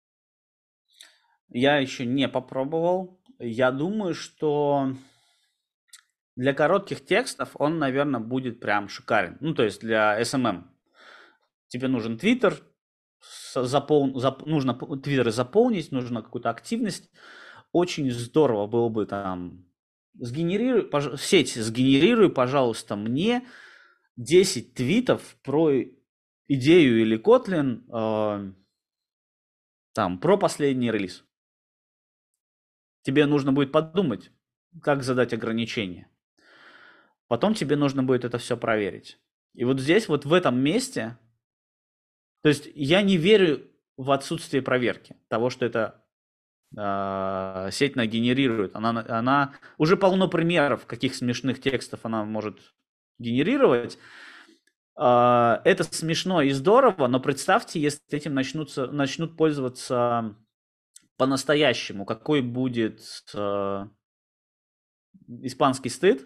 Я еще не попробовал. Я думаю, что для коротких текстов он, наверное, будет прям шикарен. Ну, то есть для эс эм эм. Тебе нужен Твиттер, запол... зап... нужно Твиттеры заполнить, нужно какую-то активность. Очень здорово было бы там сгенерируй, пож... сеть сгенерируй, пожалуйста, мне десять твитов про идею или Kotlin э, там про последний релиз. Тебе нужно будет подумать, как задать ограничения. Потом тебе нужно будет это все проверить. И вот здесь, вот в этом месте, то есть я не верю в отсутствие проверки того, что это э, сеть нагенерирует. Она, она уже полно примеров, каких смешных текстов она может генерировать. Э, это смешно и здорово, но представьте, если этим начнутся, начнут пользоваться по-настоящему, какой будет э, испанский стыд,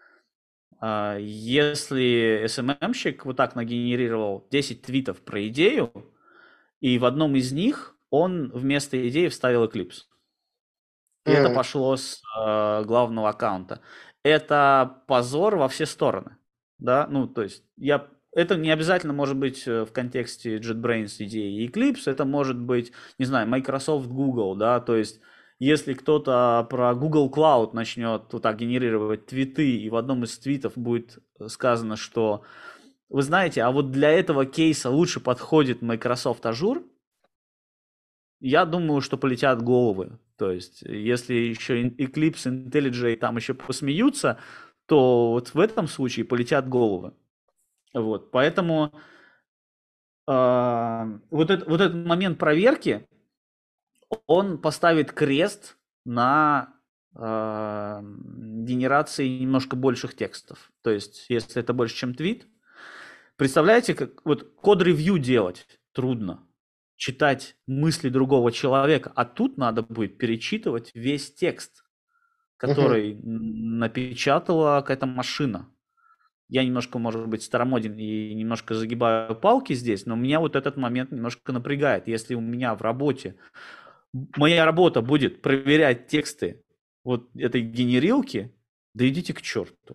если эс эм эм-щик вот так нагенерировал десять твитов про идею, и в одном из них он вместо идеи вставил Eclipse. И это Mm. пошло с э, главного аккаунта. Это позор во все стороны. Да, ну, то есть, я... это не обязательно может быть в контексте JetBrains идеи Eclipse, это может быть, не знаю, Microsoft, Google, да, то есть, если кто-то про Google Cloud начнет вот так генерировать твиты, и в одном из твитов будет сказано, что вы знаете, а вот для этого кейса лучше подходит Microsoft Azure, я думаю, что полетят головы. То есть, если еще Eclipse, IntelliJ там еще посмеются, то вот в этом случае полетят головы. Вот, поэтому э, вот, это, вот этот момент проверки, он поставит крест на э, генерации немножко больших текстов. То есть, если это больше, чем твит, представляете, как вот код-ревью делать трудно, читать мысли другого человека, а тут надо будет перечитывать весь текст, Mm-hmm. который напечатала какая-то машина. Я немножко, может быть, старомоден и немножко загибаю палки здесь, но меня вот этот момент немножко напрягает. Если у меня в работе, моя работа будет проверять тексты вот этой генерилки, да идите к черту.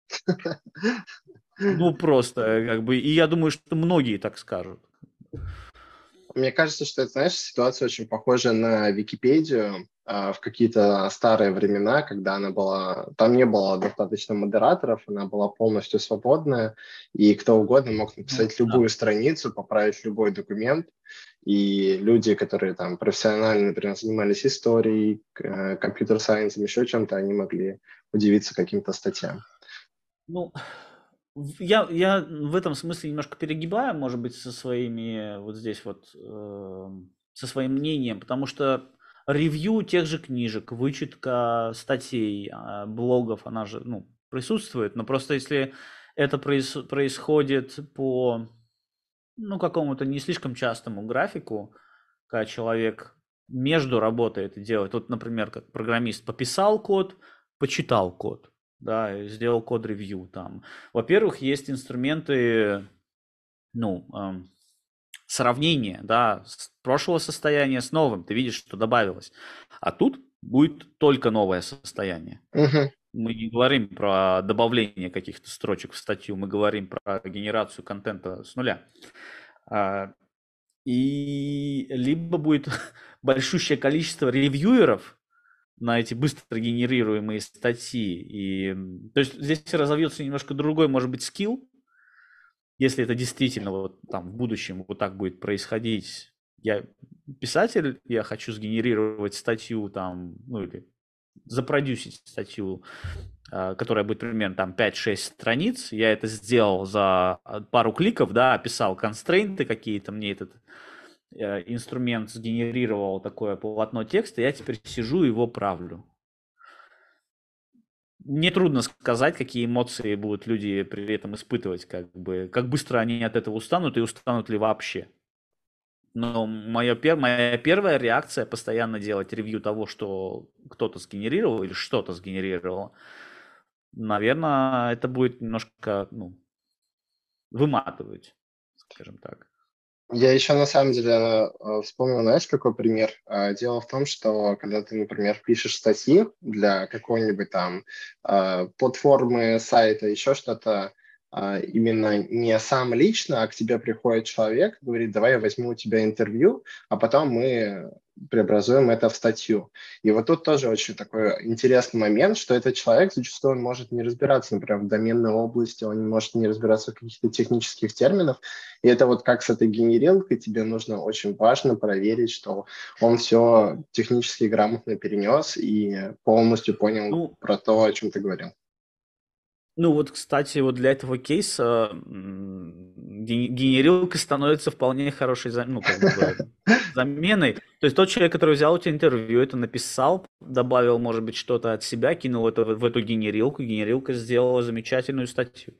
Ну, просто, как бы, и я думаю, что многие так скажут. Мне кажется, что это, знаешь, ситуация очень похожа на Википедию э, в какие-то старые времена, когда она была... Там не было достаточно модераторов, она была полностью свободная, и кто угодно мог Ну, написать да. любую страницу, поправить любой документ, и люди, которые там профессионально, например, занимались историей, э, компьютер-сайенсом, еще чем-то, они могли удивиться каким-то статьям. Ну, я, я в этом смысле немножко перегибаю, может быть, со своими, вот здесь вот, э, со своим мнением, потому что ревью тех же книжек, вычетка статей, э, блогов, она же, ну, присутствует, но просто если это проис- происходит по, ну, какому-то не слишком частому графику, когда человек между работой это делает, вот, например, как программист пописал код, почитал код, да, и сделал код-ревью там. Во-первых, есть инструменты, ну, эм, сравнения, да, с прошлого состояния с новым, ты видишь, что добавилось. А тут будет только новое состояние. Угу. Мы не говорим про добавление каких-то строчек в статью, мы говорим про генерацию контента с нуля. А, и либо будет большущее количество ревьюеров на эти быстро генерируемые статьи. И, м, то есть здесь разовьется немножко другой, может быть, скилл, если это действительно вот там в будущем вот так будет происходить. Я писатель, я хочу сгенерировать статью там, ну или запродюсить статью, а, которая будет примерно там пять-шесть страниц. Я это сделал за а, пару кликов, да, описал констрейнты какие-то, мне этот э, инструмент сгенерировал такое полотно текста, я теперь сижу и его правлю. Мне трудно сказать, какие эмоции будут люди при этом испытывать, как бы, как быстро они от этого устанут и устанут ли вообще. Но моя, пер, моя первая реакция постоянно делать ревью того, что кто-то сгенерировал или что-то сгенерировало, наверное, это будет немножко, ну, выматывать, скажем так. Я еще на самом деле э, вспомнил, знаешь, какой пример? Э, Дело в том, что когда ты, например, пишешь статьи для какой-нибудь там э, платформы, сайта, еще что-то, э, именно не сам лично, а к тебе приходит человек, говорит, давай я возьму у тебя интервью, а потом мы преобразуем это в статью. И вот тут тоже очень такой интересный момент, что этот человек зачастую он может не разбираться, например, в доменной области, он не может не разбираться в каких-то технических терминах, и это вот как с этой генерилкой, тебе нужно очень важно проверить, что он все технически грамотно перенес и полностью понял Ну, про то, о чем ты говорил. Ну вот, кстати, вот для этого кейса м, ге- генерилка становится вполне хорошей, за- ну, как бы, заменой. То есть тот человек, который взял у тебя интервью, это написал, добавил, может быть, что-то от себя, кинул это в в эту генерилку, генерилка сделала замечательную статью.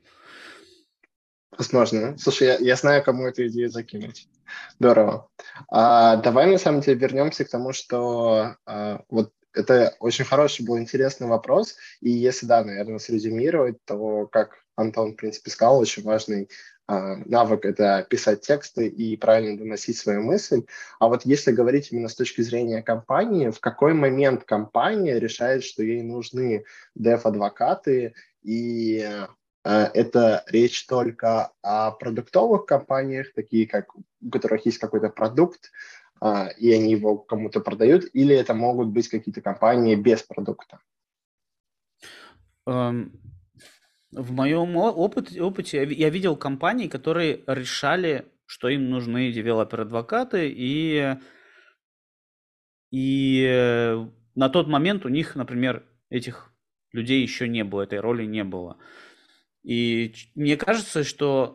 Возможно. Слушай, я, я знаю, кому эту идею закинуть. Здорово. А, давай на самом деле вернемся к тому, что а, вот это очень хороший был интересный вопрос. И если, да, наверное, срезюмировать, то, как Антон, в принципе, сказал, очень важный а, навык– это писать тексты и правильно доносить свою мысль. А вот если говорить именно с точки зрения компании, в какой момент компания решает, что ей нужны дев-адвокаты, и Э, это речь только о продуктовых компаниях, такие как у которых есть какой-то продукт, а, и они его кому-то продают, или это могут быть какие-то компании без продукта? Эм, В моем о- опыт- опыте я ви- я видел компании, которые решали, что им нужны девелопер-адвокаты, и И э, на тот момент у них, например, этих людей еще не было, этой роли не было. И ч- мне кажется, что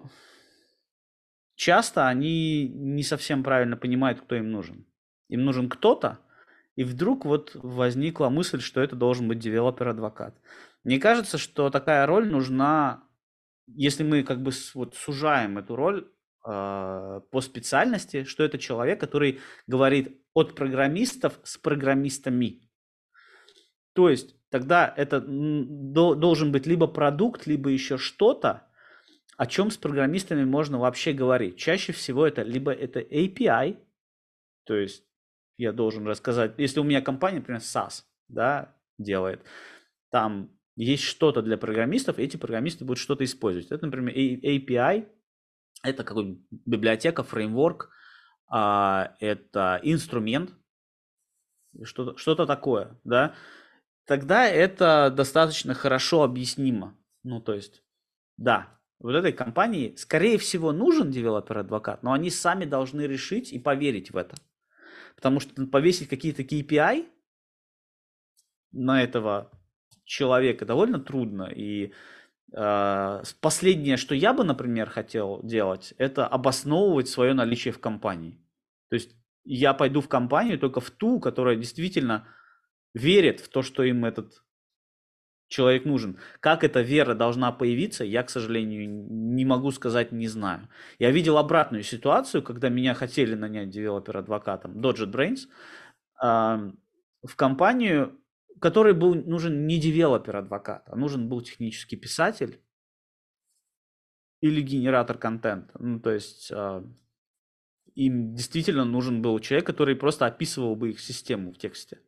часто они не совсем правильно понимают, кто им нужен. Им нужен кто-то, и вдруг вот возникла мысль, что это должен быть девелопер-адвокат. Мне кажется, что такая роль нужна, если мы как бы с- вот сужаем эту роль э, по специальности, что это человек, который говорит от программистов с программистами. То есть тогда это м, до- должен быть либо продукт, либо еще что-то, о чем с программистами можно вообще говорить. Чаще всего это либо это A P I, то есть я должен рассказать, если у меня компания, например, SaaS, да, делает, там есть что-то для программистов, и эти программисты будут что-то использовать. Это, например, A- API, это какой библиотека, фреймворк, а, это инструмент, что-то, что-то такое, да, тогда это достаточно хорошо объяснимо. Ну, то есть, да, вот этой компании, скорее всего, нужен девелопер-адвокат, но они сами должны решить и поверить в это. Потому что повесить какие-то K P I на этого человека довольно трудно. И э, последнее, что я бы, например, хотел делать, это обосновывать свое наличие в компании. То есть я пойду в компанию только в ту, которая действительно верит в то, что им этот человек нужен. Как эта вера должна появиться, я, к сожалению, не могу сказать, не знаю. Я видел обратную ситуацию, когда меня хотели нанять девелопер-адвокатом до JetBrains а, в компанию, которой был нужен не девелопер-адвокат, а нужен был технический писатель или генератор контента. Ну, то есть а, им действительно нужен был человек, который просто описывал бы их систему в тексте.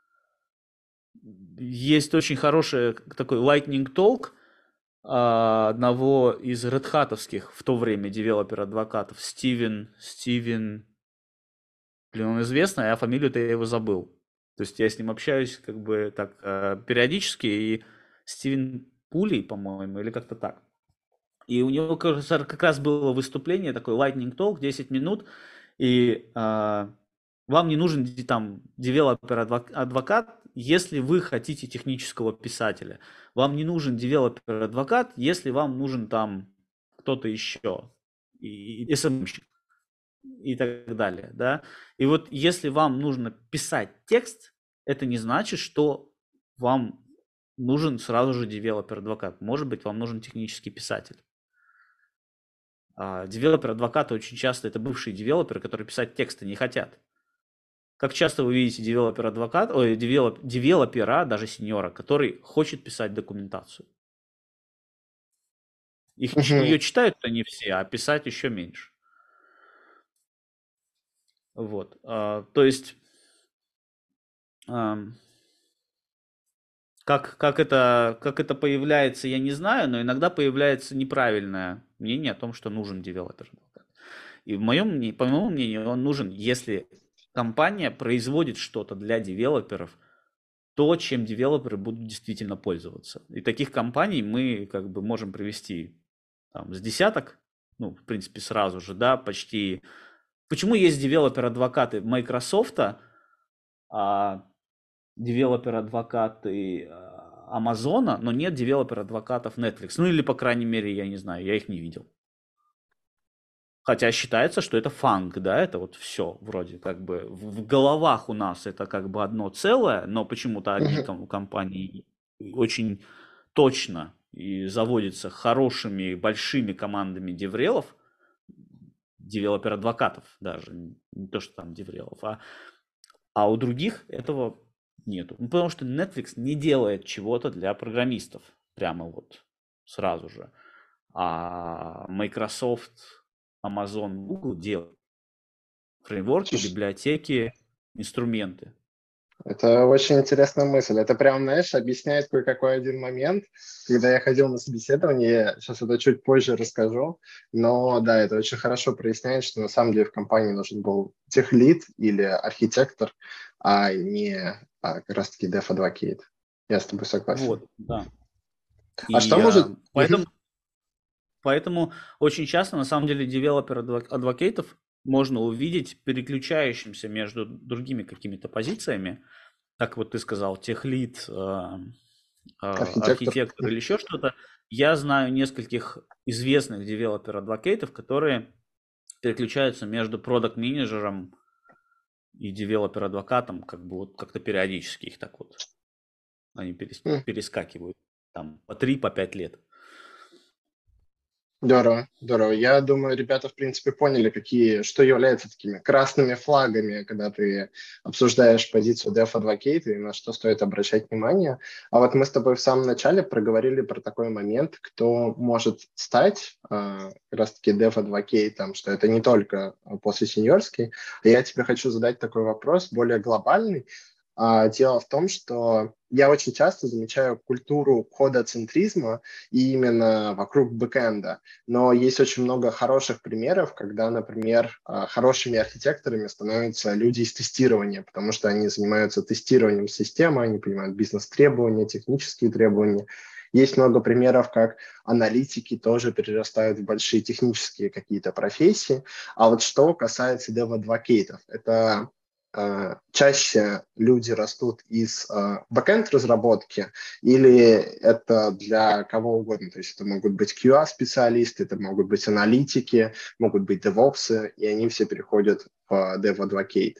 Есть очень хороший такой lightning talk а, одного из редхатовских в то время девелопер-адвокатов, Стивен, Стивен блин, он известный, а фамилию-то я его забыл. То есть я с ним общаюсь как бы так э, периодически, и Стивен Пулей, по-моему, или как-то так. И у него кажется, как раз было выступление, такой lightning talk, десять минут, и а, вам не нужен ди- там девелопер-адвокат, если вы хотите технического писателя. Вам не нужен девелопер-адвокат, если вам нужен там кто-то еще, и, и эс эм эм-щик и так далее, да. И вот если вам нужно писать текст, это не значит, что вам нужен сразу же девелопер-адвокат. Может быть, вам нужен технический писатель. А девелопер-адвокаты очень часто это бывшие девелоперы, которые писать тексты не хотят. Как часто вы видите девелопер-адвокат, ой, девелоп, девелопера, даже сеньора, который хочет писать документацию. Их, Мгм. ее читают-то не все, а писать еще меньше. Вот. А, то есть, ам, как, как, это, как это появляется, я не знаю, но иногда появляется неправильное мнение о том, что нужен девелопер-адвокат. И в моем, мне- по моему мнению, он нужен, если компания производит что-то для девелоперов, то, чем девелоперы будут действительно пользоваться. И таких компаний мы как бы можем привести там, с десяток, ну, в принципе, сразу же, да, почти. Почему есть девелопер-адвокаты Microsoft, а девелопер-адвокаты а, Амазона, но нет девелопер-адвокатов Netflix? Ну, или, по крайней мере, я не знаю, я их не видел. Хотя считается, что это фанк, да, это вот все вроде как бы в в головах у нас это как бы одно целое, но почему-то одни Мгм. ком- компании очень точно и заводятся хорошими большими командами деврелов, девелопер-адвокатов даже, не то, что там деврелов, а, а у других этого нету. Ну, потому что Netflix не делает чего-то для программистов, прямо вот сразу же. А Microsoft, Amazon, Google делают фреймворки, Слушай, библиотеки, инструменты. это очень интересная мысль. Это прям, знаешь, объясняет кое-какой один момент, когда я ходил на собеседование, я сейчас это чуть позже расскажу, но да, это очень хорошо проясняет, что на самом деле в компании нужен был техлид или архитектор, а не а, как раз-таки dev-advocate. Я с тобой согласен. Вот, да. А И что может... а, Мгм. поэтому, поэтому очень часто, на самом деле, девелопер-адвокейтов можно увидеть переключающимся между другими какими-то позициями, как вот ты сказал, техлид, а, а, Архитектор. архитектор или еще что-то. Я знаю нескольких известных девелопер-адвокейтов, которые переключаются между продакт-менеджером и девелопер-адвокатом, как бы вот как-то периодически их так вот, они перес- М. перескакивают там по три, по пять лет. Здорово, здорово. Я думаю, ребята, в принципе, поняли, какие, что является такими красными флагами, когда ты обсуждаешь позицию Dev Advocate и на что стоит обращать внимание. А вот мы с тобой в самом начале проговорили про такой момент, кто может стать э, как раз-таки Dev Advocate, что это не только после сеньорский. Я тебе хочу задать такой вопрос, более глобальный. А, дело в том, что я очень часто замечаю культуру кодоцентризма и именно вокруг бэкэнда. Но есть очень много хороших примеров, когда, например, а, хорошими архитекторами становятся люди из тестирования, потому что они занимаются тестированием системы, они понимают бизнес-требования, технические требования. Есть много примеров, как аналитики тоже перерастают в большие технические какие-то профессии. А вот что касается dev-адвокейтов, это э, чаще люди растут из э, бэкэнд-разработки, или это для кого угодно. То есть это могут быть кью эй-специалисты, это могут быть аналитики, могут быть девопсы, и они все переходят в Dev Advocate.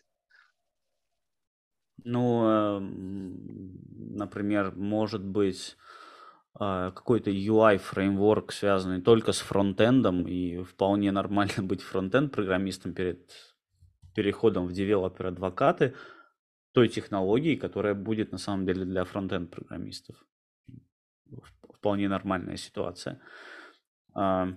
Ну, эм, например, может быть а, какой-то ю ай-фреймворк, связанный только с фронтендом, и вполне нормально быть фронтенд-программистом перед переходом в девелопер-адвокаты той технологии, которая будет на самом деле для фронтенд-программистов. Вполне нормальная ситуация. А,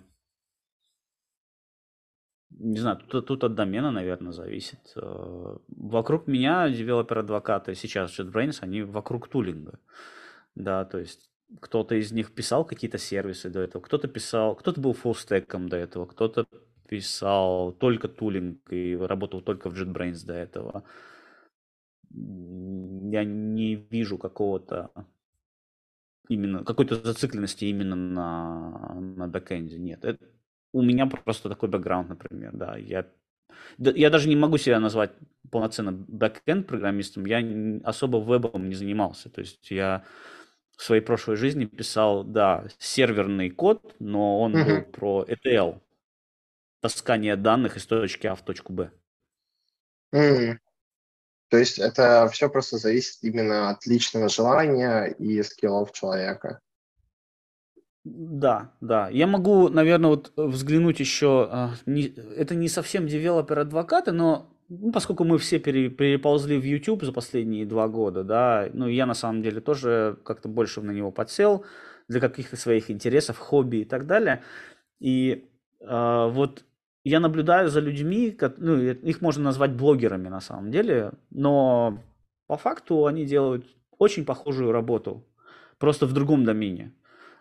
Не знаю, тут, тут от домена, наверное, зависит. Э, Вокруг меня девелопер-адвокаты сейчас JetBrains, они вокруг тулинга. Да, то есть кто-то из них писал какие-то сервисы до этого, кто-то писал, кто-то был фуллстеком до этого, кто-то писал только тулинг и работал только в JetBrains до этого. Я не вижу какого-то именно какой-то зацикленности именно на, на бэкэнде. Нет, это, у меня просто такой бэкграунд, например, да. Я, да, я даже не могу себя назвать полноценно бэкэнд программистом. Я не- особо вебом не занимался. То есть я в своей прошлой жизни писал, да, серверный код, но он был Мгм. про и ти эл, таскание данных из точки А в точку Б. М. То есть это все просто зависит именно от личного желания и скиллов человека. Да, да. Я могу, наверное, вот э, взглянуть еще. а, не- это не совсем девелопер-адвокаты, но ну, поскольку мы все пере- переползли в YouTube за последние два года, да, ну я на самом деле тоже как-то больше на него подсел для каких-то своих интересов, хобби и так далее. И а, вот я наблюдаю за людьми, ко- ну, э, их можно назвать блогерами на самом деле, но по факту они делают очень похожую работу, просто в другом домене.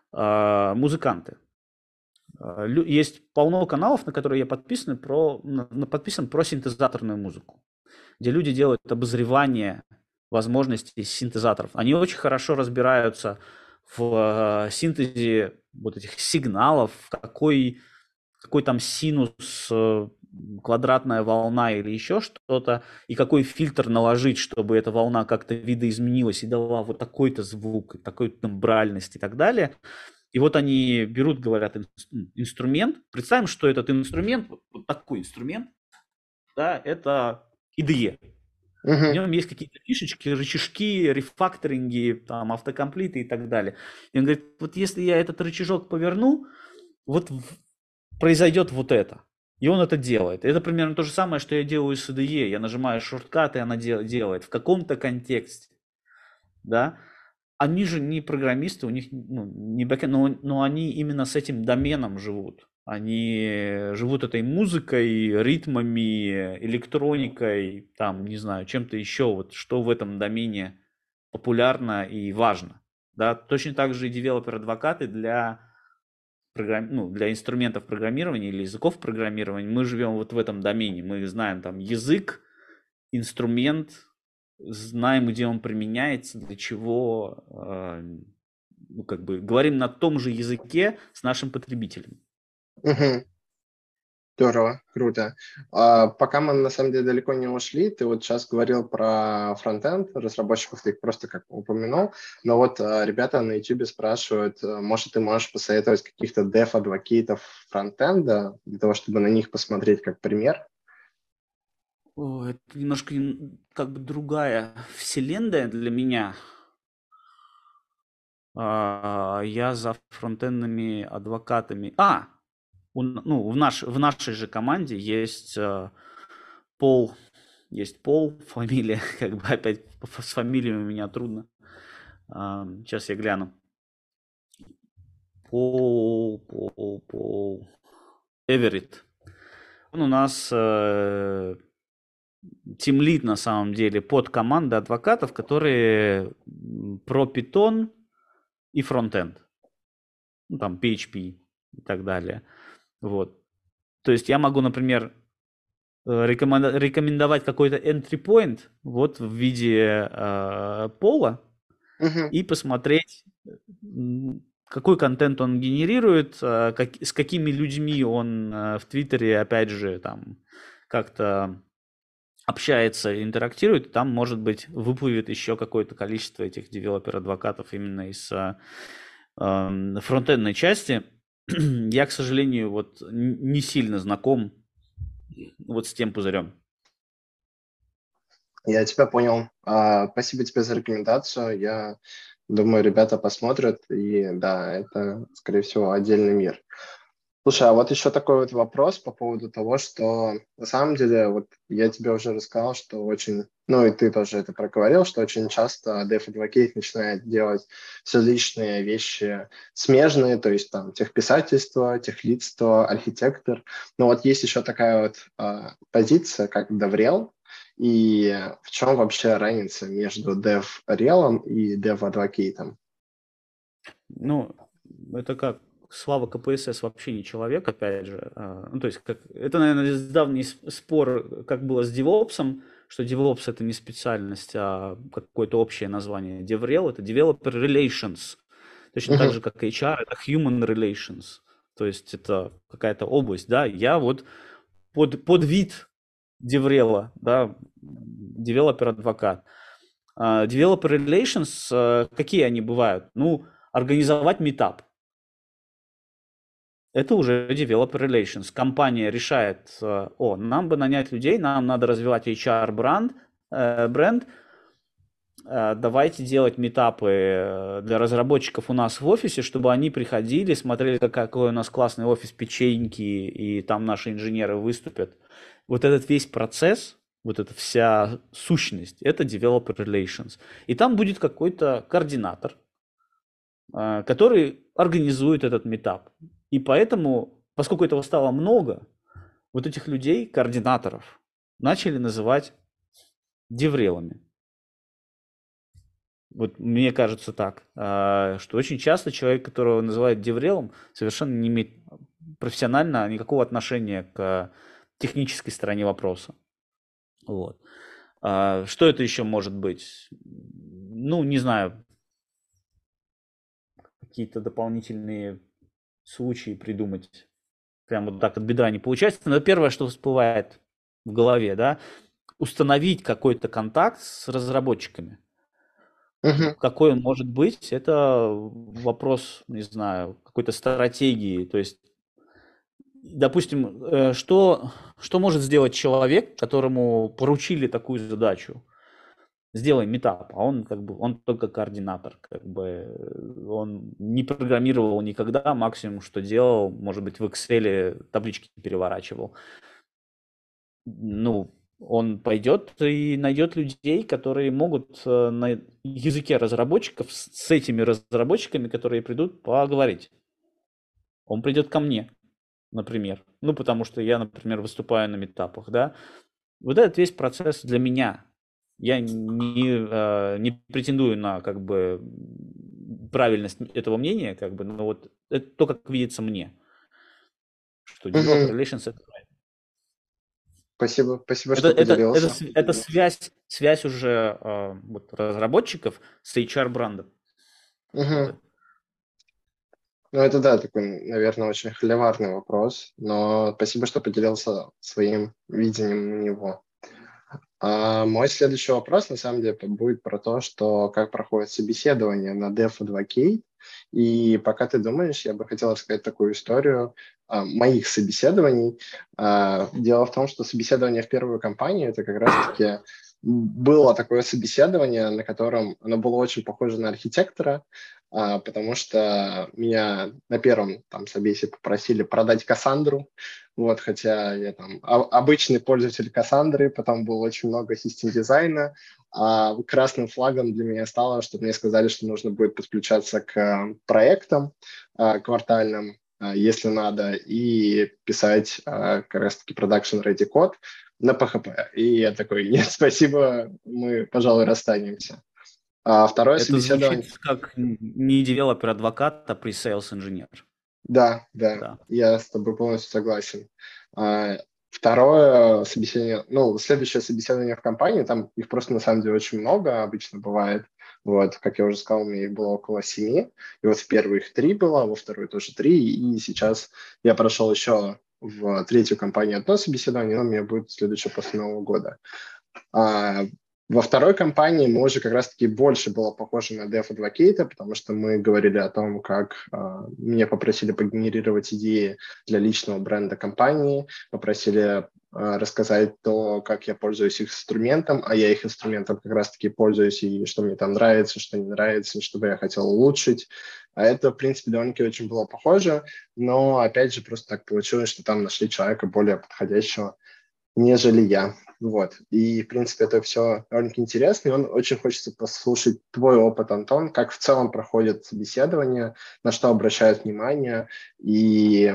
А, музыканты. А, лю- Есть полно каналов, на которые я подписан про, на- на- подписан про синтезаторную музыку, где люди делают обозревание возможностей синтезаторов. Они очень хорошо разбираются в э, синтезе вот этих сигналов, какой, какой там синус, э, квадратная волна или еще что-то, и какой фильтр наложить, чтобы эта волна как-то видоизменилась и дала вот такой-то звук, и такой-то тембральность и так далее. И вот они берут, говорят, ин- инструмент. Представим, что этот инструмент, вот вот такой инструмент, да, это I D E. В Мгм. нем есть какие-то фишечки, рычажки, рефакторинги, там, автокомплиты и так далее. И он говорит, вот если я этот рычажок поверну, вот в- произойдет вот это. И он это делает. Это примерно то же самое, что я делаю с I D E. Я нажимаю шорткат, и она дел- делает в каком-то контексте. Да? Они же не программисты, у них ну, не бэкэнд, но, но они именно с этим доменом живут. Они живут этой музыкой, ритмами, электроникой, там, не знаю, чем-то еще, вот что в этом домене популярно и важно. Да? Точно так же и девелопер-адвокаты для, программ... ну, для инструментов программирования или языков программирования. Мы живем вот в этом домене. Мы знаем там язык, инструмент, знаем, где он применяется, для чего, э, ну, как бы говорим на том же языке с нашим потребителем. Мгм. Здорово, круто. А, пока мы на самом деле далеко не ушли, ты вот сейчас говорил про фронтенд, разработчиков ты их просто как упомянул, но вот а, ребята на YouTube спрашивают, а, может, ты можешь посоветовать каких-то дев-адвокатов фронтенда для того, чтобы на них посмотреть как пример? О, это немножко н- как бы другая вселенная для меня. А, я за фронтендными адвокатами. А, у н- ну, в, наш, в нашей же команде есть э, Пол, есть Пол, фамилия, как бы опять ф- с фамилией у меня трудно. А, сейчас я гляну. Пол, Пол, Пол. Эверетт. Он у нас э, тимлид на самом деле под командой адвокатов, которые м, про Python и фронтенд. Ну, там пи эйч пи и так далее. Вот. То есть я могу, например, э, рекомен- рекомендовать какой-то entry point вот в виде э, пола Мгм. и посмотреть, м, какой контент он генерирует, э, как- с какими людьми он э, в Твиттере, опять же, там как-то общается, интерактирует, там, может быть, выплывет еще какое-то количество этих девелопер-адвокатов именно из э, эм, фронтендной части. Я, к сожалению, вот н- не сильно знаком вот с тем пузырем. Я тебя понял. А, спасибо тебе за рекомендацию. Я думаю, ребята посмотрят, и да, это, скорее всего, отдельный мир. Слушай, а вот еще такой вот вопрос по поводу того, что на самом деле, вот я тебе уже рассказал, что очень, ну и ты тоже это проговорил, что очень часто Dev Advocate начинает делать все личные вещи смежные, то есть там техписательство, техлидство, архитектор. Но вот есть еще такая вот а, позиция, как DevRel, и в чем вообще разница между DevRel и Dev Advocate? Ну, это как? Слава ка пэ эс эс вообще не человек, опять же. А, ну, то есть, как, это, наверное, давний спор, как было с DevOps, что DevOps это не специальность, а какое-то общее название. DevRel это Developer Relations. Точно так Мгм. же, как эйч ар это Human Relations. То есть, это какая-то область, да. Я вот под, под вид DevRel, да, девелопер-адвокат. А, Developer Relations, а, какие они бывают? Ну, организовать метап. Это уже Developer Relations. Компания решает, э, о, нам бы нанять людей, нам надо развивать эйч ар-бренд, бренд, э, давайте делать метапы э, для разработчиков у нас в офисе, чтобы они приходили, смотрели, какой у нас классный офис, печеньки, и там наши инженеры выступят. Вот этот весь процесс, вот эта вся сущность, это Developer Relations. И там будет какой-то координатор, э, который организует этот метап. И поэтому, поскольку этого стало много, вот этих людей, координаторов, начали называть деврелами. Вот мне кажется так, а, что очень часто человек, которого называют деврелом, совершенно не имеет профессионально никакого отношения к технической стороне вопроса. Вот. А, Что это еще может быть? Ну, не знаю, какие-то дополнительные случаи придумать. Прям вот так от бедра не получается. Но первое, что всплывает в голове, да, установить какой-то контакт с разработчиками. Мгм. Какой он может быть, это вопрос, не знаю, какой-то стратегии. То есть, допустим, э, что, что может сделать человек, которому поручили такую задачу? Сделай метап, а он как бы он только координатор, как бы э, он не программировал никогда, максимум, что делал, может быть, в Excel таблички переворачивал. Ну, он пойдет и найдет людей, которые могут э, на языке разработчиков с с этими разработчиками, которые придут, поговорить. Он придет ко мне, например. Ну, потому что я, например, выступаю на метапах, да. Вот этот весь процесс для меня. Я не, э, не претендую на как бы правильность этого мнения, как бы, но вот это то, как видится мне, что developer Мгм. relations это Спасибо, спасибо, Это, что это, это, поделился. св- это связь, связь уже э, вот, разработчиков с эйч ар-брендом. Мгм. Ну, это да, такой, наверное, очень холиварный вопрос, но спасибо, что поделился своим видением на него. А мой следующий вопрос, на самом деле, будет про то, что как проходит собеседование на Dev Advocate. И пока ты думаешь, я бы хотел рассказать такую историю а, моих собеседований. А, дело в том, что собеседование в первую компанию, это как раз-таки было такое собеседование, на котором оно было очень похоже на архитектора, а, потому что меня на первом там собесе попросили продать Кассандру, вот, хотя я там о- обычный пользователь Кассандры, потом было очень много систем-дизайна, а красным флагом для меня стало, что мне сказали, что нужно будет подключаться к э, проектам э, квартальным, э, если надо, и писать э, как раз-таки production-ready код на пи эйч пи. И я такой, нет, спасибо, мы, пожалуй, расстанемся. А второе Это звучит собеседование, как не девелопер-адвокат, а pre-sales инженер. да, да, Да. я с тобой полностью согласен. А, Второе собеседование, ну, следующее собеседование в компании, там их просто на самом деле очень много обычно бывает. Вот, как я уже сказал, у меня их было около семи. И вот в первую их три было, во вторую тоже три. И сейчас я прошел еще в третью компанию одно собеседование, но у меня будет следующее после Нового года. А, Во второй компании мы уже как раз-таки больше было похоже на Dev Advocate, потому что мы говорили о том, как а, меня попросили погенерировать идеи для личного бренда компании, попросили а, рассказать то, как я пользуюсь их инструментом, а я их инструментом как раз-таки пользуюсь, и что мне там нравится, что не нравится, что бы я хотел улучшить. А это, в принципе, довольно-таки очень было похоже, но, опять же, просто так получилось, что там нашли человека более подходящего, нежели я. Вот. И, в принципе, это все довольно интересно, и он очень хочется послушать твой опыт, Антон, как в целом проходит собеседование, на что обращают внимание, и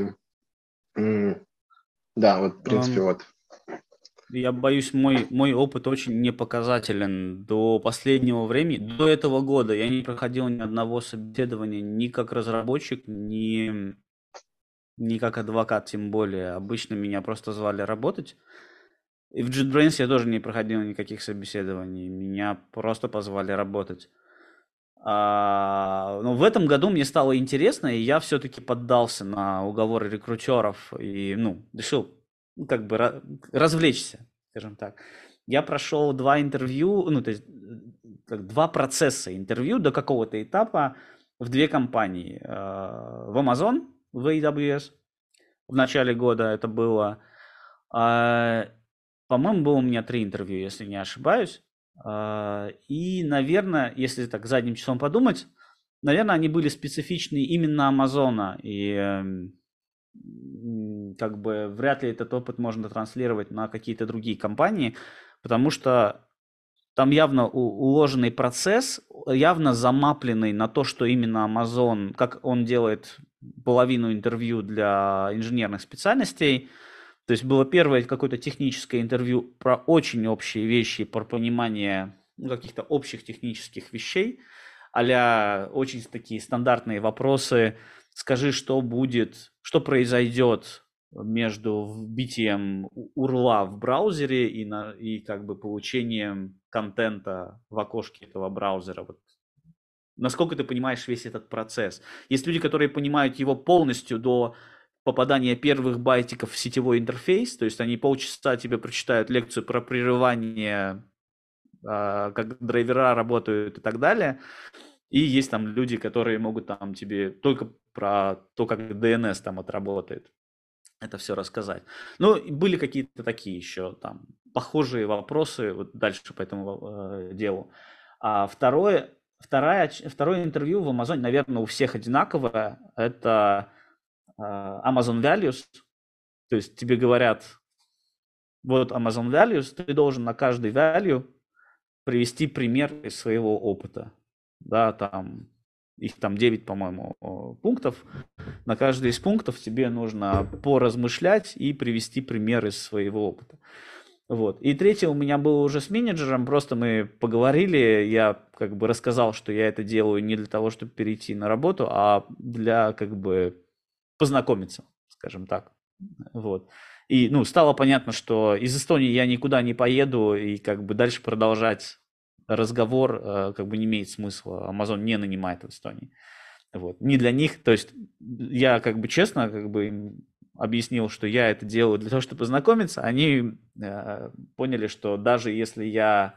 м, да, вот, в принципе, Ам, вот. Я боюсь, мой, мой опыт очень непоказателен. До последнего времени, до этого года я не проходил ни одного собеседования ни как разработчик, ни не как адвокат тем более. Обычно меня просто звали работать. И в JetBrains я тоже не проходил никаких собеседований. Меня просто позвали работать. А, но в этом году мне стало интересно, и я все-таки поддался на уговоры рекрутеров и, ну, решил, ну, как бы ра- развлечься, скажем так. Я прошел два интервью, ну, то есть э, как два процесса интервью до какого-то этапа в две компании. Э, В Amazon, в A W S в начале года это было. А, По-моему, было у меня три интервью, если не ошибаюсь. А, И, наверное, если так задним числом подумать, наверное, они были специфичны именно Амазона. И эм, м, как бы вряд ли этот опыт можно транслировать на какие-то другие компании, потому что там явно у- уложенный процесс, явно замапленный на то, что именно Amazon, как он делает половину интервью для инженерных специальностей. То есть было первое какое-то техническое интервью про очень общие вещи, про понимание ну, каких-то общих технических вещей, а очень такие стандартные вопросы. Скажи, что будет, что произойдет между вбитием урла в браузере и, на, и как бы получением контента в окошке этого браузера. Вот насколько ты понимаешь весь этот процесс. Есть люди, которые понимают его полностью до попадания первых байтиков в сетевой интерфейс, то есть они полчаса тебе прочитают лекцию про прерывание, а, как драйвера работают и так далее. И есть там люди, которые могут там тебе только про то, как ди эн эс там отработает, это все рассказать. Ну, были какие-то такие еще там похожие вопросы вот дальше по этому э, делу. А второе, вторая, второе интервью в Amazon, наверное, у всех одинаковое. Это э, Amazon Values. То есть тебе говорят, вот Amazon Values, ты должен на каждый value привести пример из своего опыта. Да, там их там девять, по-моему, пунктов. На каждый из пунктов тебе нужно поразмышлять и привести пример из своего опыта. Вот. И третье у меня было уже с менеджером, просто мы поговорили, я как бы рассказал, что я это делаю не для того, чтобы перейти на работу, а для как бы познакомиться, скажем так. Вот. И, ну, стало понятно, что из Эстонии я никуда не поеду, и как бы дальше продолжать разговор э, как бы не имеет смысла. Amazon не нанимает в Эстонии. Вот. Не для них, то есть я как бы честно как бы им объяснил, что я это делаю для того, чтобы познакомиться. Они э, поняли, что даже если я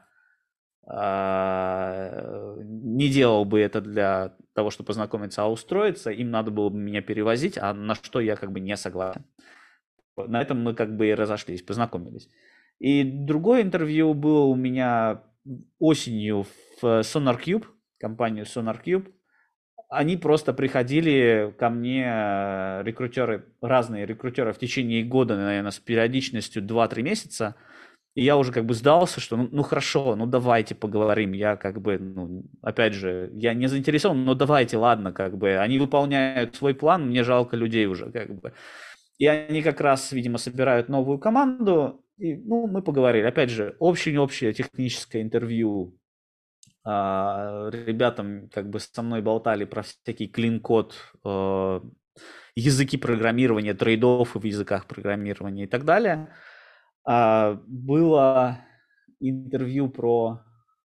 э, не делал бы это для того, чтобы познакомиться, а устроиться, им надо было бы меня перевозить, а на что я как бы не согласен. На этом мы как бы и разошлись, познакомились. И другое интервью было у меня осенью в SonarCube, компанию SonarCube. Они просто приходили ко мне, э, рекрутеры, разные рекрутеры в течение года, наверное, с периодичностью два-три месяца. И я уже как бы сдался, что ну, ну хорошо, ну давайте поговорим. Я как бы, ну, опять же, я не заинтересован, но давайте, ладно, как бы. Они выполняют свой план, мне жалко людей уже, как бы. И они как раз, видимо, собирают новую команду. И, ну, мы поговорили. Опять же, очень-общее техническое интервью. А, ребятам как бы со мной болтали про всякий клин-код, э, языки программирования, трейд-оффы в языках программирования и так далее. А, было интервью про...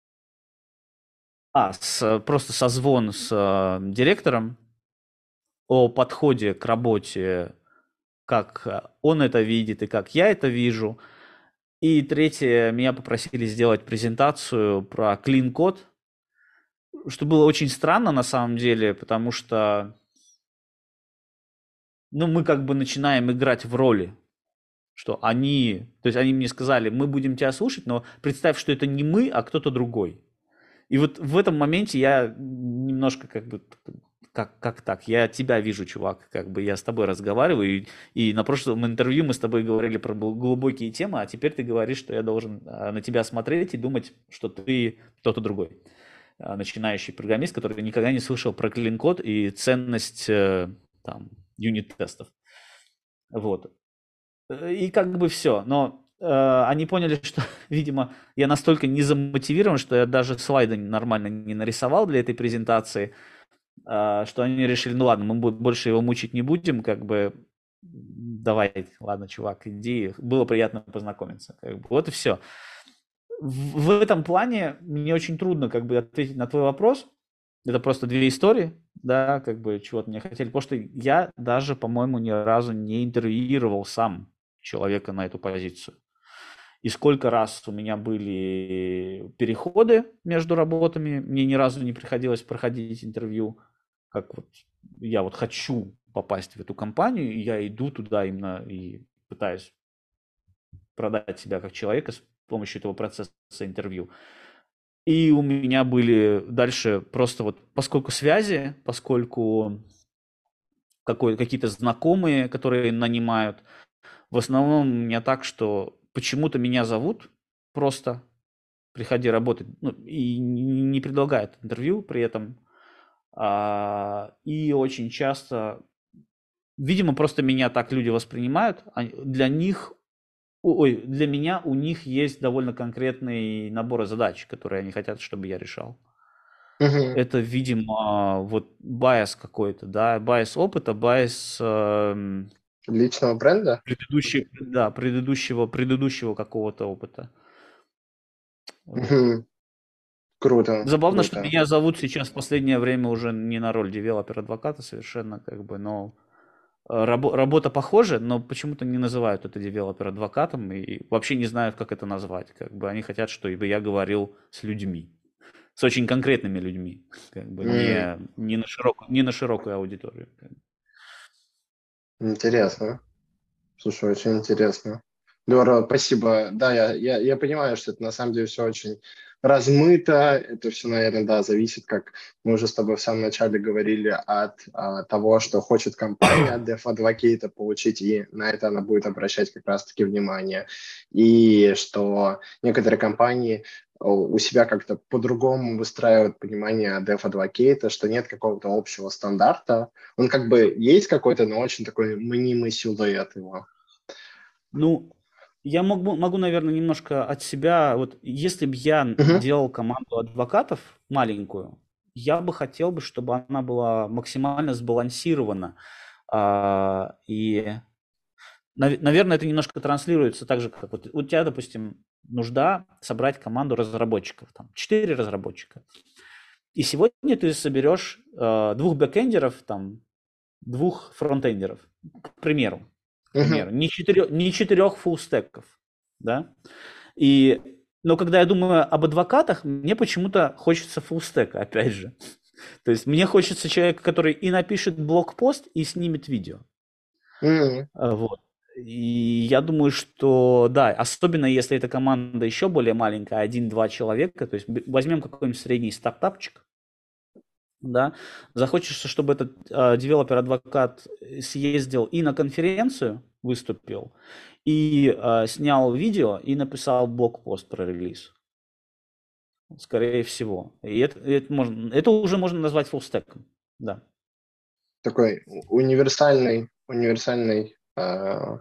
А, с, просто созвон с э, директором о подходе к работе, как он это видит и как я это вижу. И третье, меня попросили сделать презентацию про клин-код, что было очень странно на самом деле, потому что ну, мы как бы начинаем играть в роли, что они, то есть они мне сказали, мы будем тебя слушать, но представь, что это не мы, а кто-то другой. И вот в этом моменте я немножко как бы, как, как так, я тебя вижу, чувак, как бы я с тобой разговариваю, и, и на прошлом интервью мы с тобой говорили про глубокие темы, а теперь ты говоришь, что я должен а, на тебя смотреть и думать, что ты кто-то другой. А, начинающий программист, который никогда не слышал про клин-код и ценность э, там, юнит-тестов. Вот. И как бы все. Но э, они поняли, что, видимо, я настолько не замотивирован, что я даже слайды нормально не нарисовал для этой презентации, э, что они решили, ну ладно, мы больше его мучить не будем, как бы давай, ладно, чувак, иди, было приятно познакомиться. Как бы. Вот и все. В, в этом плане мне очень трудно как бы ответить на твой вопрос. Это просто две истории, да, как бы чего-то мне хотели. Потому что я даже, по-моему, ни разу не интервьюировал сам человека на эту позицию. И сколько раз у меня были переходы между работами, мне ни разу не приходилось проходить интервью, как вот я вот хочу попасть в эту компанию, и я иду туда именно и пытаюсь продать себя как человека с помощью этого процесса интервью. И у меня были дальше просто вот, поскольку связи, поскольку какой, какие-то знакомые, которые нанимают, в основном у меня так, что почему-то меня зовут просто, приходи работать, ну, и не предлагают интервью при этом. А, и очень часто, видимо, просто меня так люди воспринимают. Для них, ой, для меня у них есть довольно конкретный набор задач, которые они хотят, чтобы я решал. Мгм. Это, видимо, вот байс какой-то, да, байс опыта, байс эм, Личного бренда? предыдущего, да, предыдущего, предыдущего какого-то опыта. Вот. Мгм. Круто, Забавно, что круто. меня зовут сейчас в последнее время уже не на роль девелопер-адвоката совершенно, как бы, но э, рабо- работа похожа, но почему-то не называют это девелопер-адвокатом и вообще не знают, как это назвать. Как бы они хотят, чтобы я говорил с людьми, с очень конкретными людьми, как бы М, не, не на широкую, не на широкую аудиторию. как бы. Интересно. Слушай, очень интересно. Здорово, спасибо. Да, я, я, я понимаю, что это на самом деле все очень размыто. Это все, наверное, да, зависит, как мы уже с тобой в самом начале говорили, от а, того, что хочет компания от Dev Advocate получить, и на это она будет обращать как раз-таки внимание. И что некоторые компании у себя как-то по-другому выстраивают понимание Dev Advocate, что нет какого-то общего стандарта. Он как бы есть какой-то, но очень такой мнимый силуэт его. Ну, я могу, могу, наверное, немножко от себя. Вот если бы я Мгм. делал команду адвокатов маленькую, я бы хотел бы, чтобы она была максимально сбалансирована. А, и, нав- наверное, это немножко транслируется так же, как вот у тебя, допустим, нужда собрать команду разработчиков, там, четыре разработчика. И сегодня ты соберешь э, двух бэкэндеров, там, двух фронтендеров, к примеру, к Мгм. примеру, не четырех, не четырех фуллстеков, да, и, но когда я думаю об адвокатах, мне почему-то хочется фуллстека, опять же, то есть мне хочется человека, который и напишет блогпост, и снимет видео, Мгм. А, вот. И я думаю, что да, особенно если эта команда еще более маленькая, один-два человека, то есть б- возьмем какой-нибудь средний стартапчик, да, захочется, чтобы этот э, девелопер-адвокат съездил и на конференцию выступил, и э, снял видео, и написал блогпост про релиз, скорее всего. И это, это, можно, это уже можно назвать фуллстеком, да. Такой у- универсальный, универсальный а,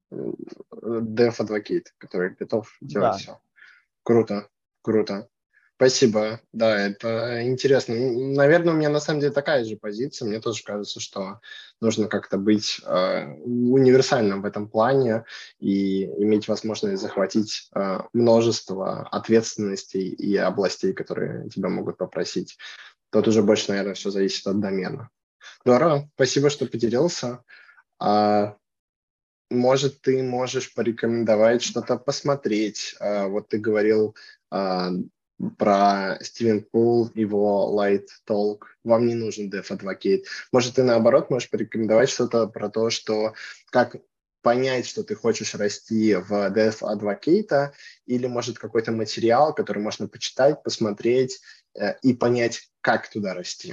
Dev Advocate, который готов делать Да. все. Круто, круто. Спасибо. Да, это интересно. М, Наверное, у меня на самом деле такая же позиция. Мне тоже кажется, что нужно как-то быть э, универсальным в этом плане и иметь возможность захватить э, множество ответственностей и областей, которые тебя могут попросить. Тут уже больше, наверное, все зависит от домена. Здорово. Спасибо, что поделился. А, может, ты можешь порекомендовать что-то посмотреть? А, вот ты говорил а, про Стивен Пул, его Light Talk. Вам не нужен Dev Advocate. Может, ты наоборот можешь порекомендовать что-то про то, что как понять, что ты хочешь расти в Dev Advocate, или, может, какой-то материал, который можно почитать, посмотреть э, и понять, как туда расти.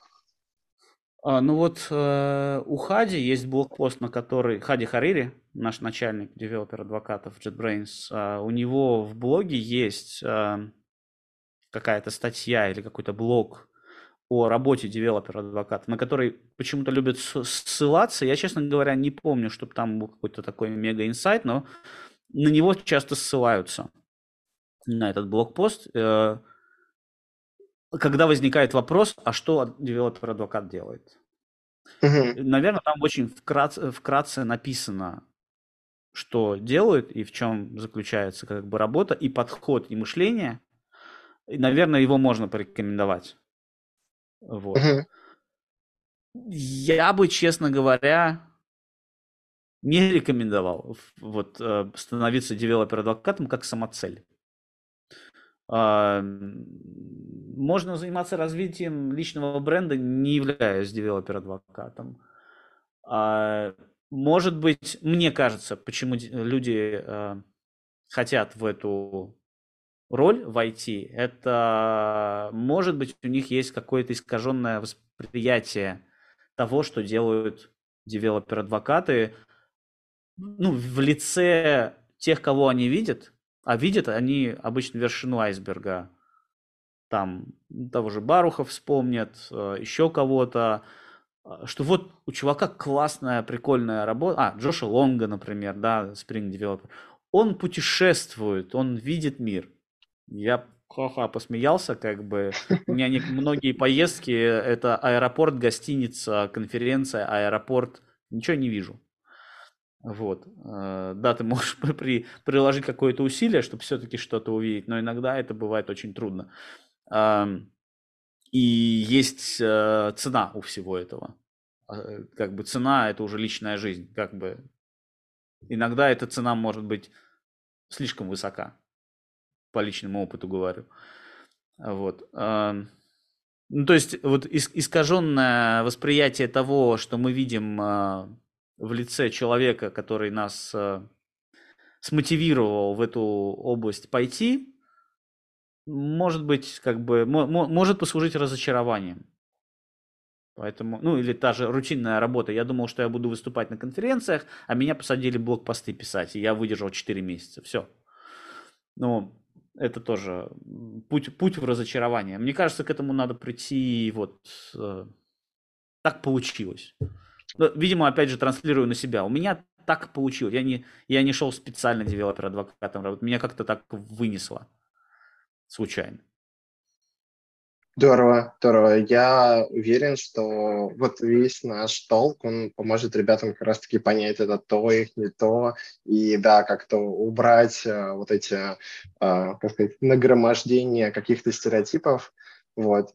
А, ну вот э, у Хади есть блогпост, на который Хади Харири, наш начальник девелопер адвокатов JetBrains, а, у него в блоге есть а, какая-то статья или какой-то блог о работе девелопера-адвоката, на который почему-то любят с- ссылаться. Я, честно говоря, не помню, чтобы там был какой-то такой мега-инсайт, но на него часто ссылаются, на этот блогпост. Э, Когда возникает вопрос, а что девелопер-адвокат делает? Мгм. Наверное, там очень вкратце, вкратце написано, что делают и в чем заключается как бы работа и подход и мышление. И, наверное, его можно порекомендовать. Вот. Мгм. Я бы, честно говоря, не рекомендовал в- вот э, становиться девелопер-адвокатом как самоцель. А, м, Можно заниматься развитием личного бренда, не являясь девелопер-адвокатом. А, Может быть, мне кажется, почему д- люди э, хотят в эту роль в I T, это может быть у них есть какое-то искаженное восприятие того, что делают девелопер-адвокаты, ну, в лице тех, кого они видят, а видят они обычно вершину айсберга. Там того же Баруха вспомнят, э, еще кого-то, а, что вот у чувака классная, прикольная работа. А, Джоша Лонга, например, да, Spring Developer. Он путешествует, он видит мир. Я ха-ха посмеялся, как бы. У меня не- многие поездки, это аэропорт, гостиница, конференция, аэропорт. Ничего не вижу. Вот. Э, Да, ты можешь при, приложить какое-то усилие, чтобы все-таки что-то увидеть, но иногда это бывает очень трудно. Ам, И есть э, цена у всего этого. А, Как бы цена это уже личная жизнь. Как бы иногда эта цена может быть слишком высока, по личному опыту говорю. Вот. Ам, Ну, то есть вот ис- искаженное восприятие того, что мы видим а, в лице человека, который нас а, смотивировал в эту область пойти, может быть, как бы, мо- мо- может послужить разочарованием. Поэтому, ну, или та же рутинная работа. Я думал, что я буду выступать на конференциях, а меня посадили блокпосты писать, и я выдержал четыре месяца. Все. Ну, это тоже м, путь, путь в разочарование. Мне кажется, к этому надо прийти вот э, так получилось. Ну, видимо, опять же, транслирую на себя. У меня так получилось. Я не, я не шел специально девелопер-адвокатом работать. Меня как-то так вынесло случайно. Здорово, здорово. Я уверен, что вот весь наш толк, он поможет ребятам как раз-таки понять это то, их не то, и да, как-то убрать э, вот эти, э, как сказать, нагромождения каких-то стереотипов. Вот,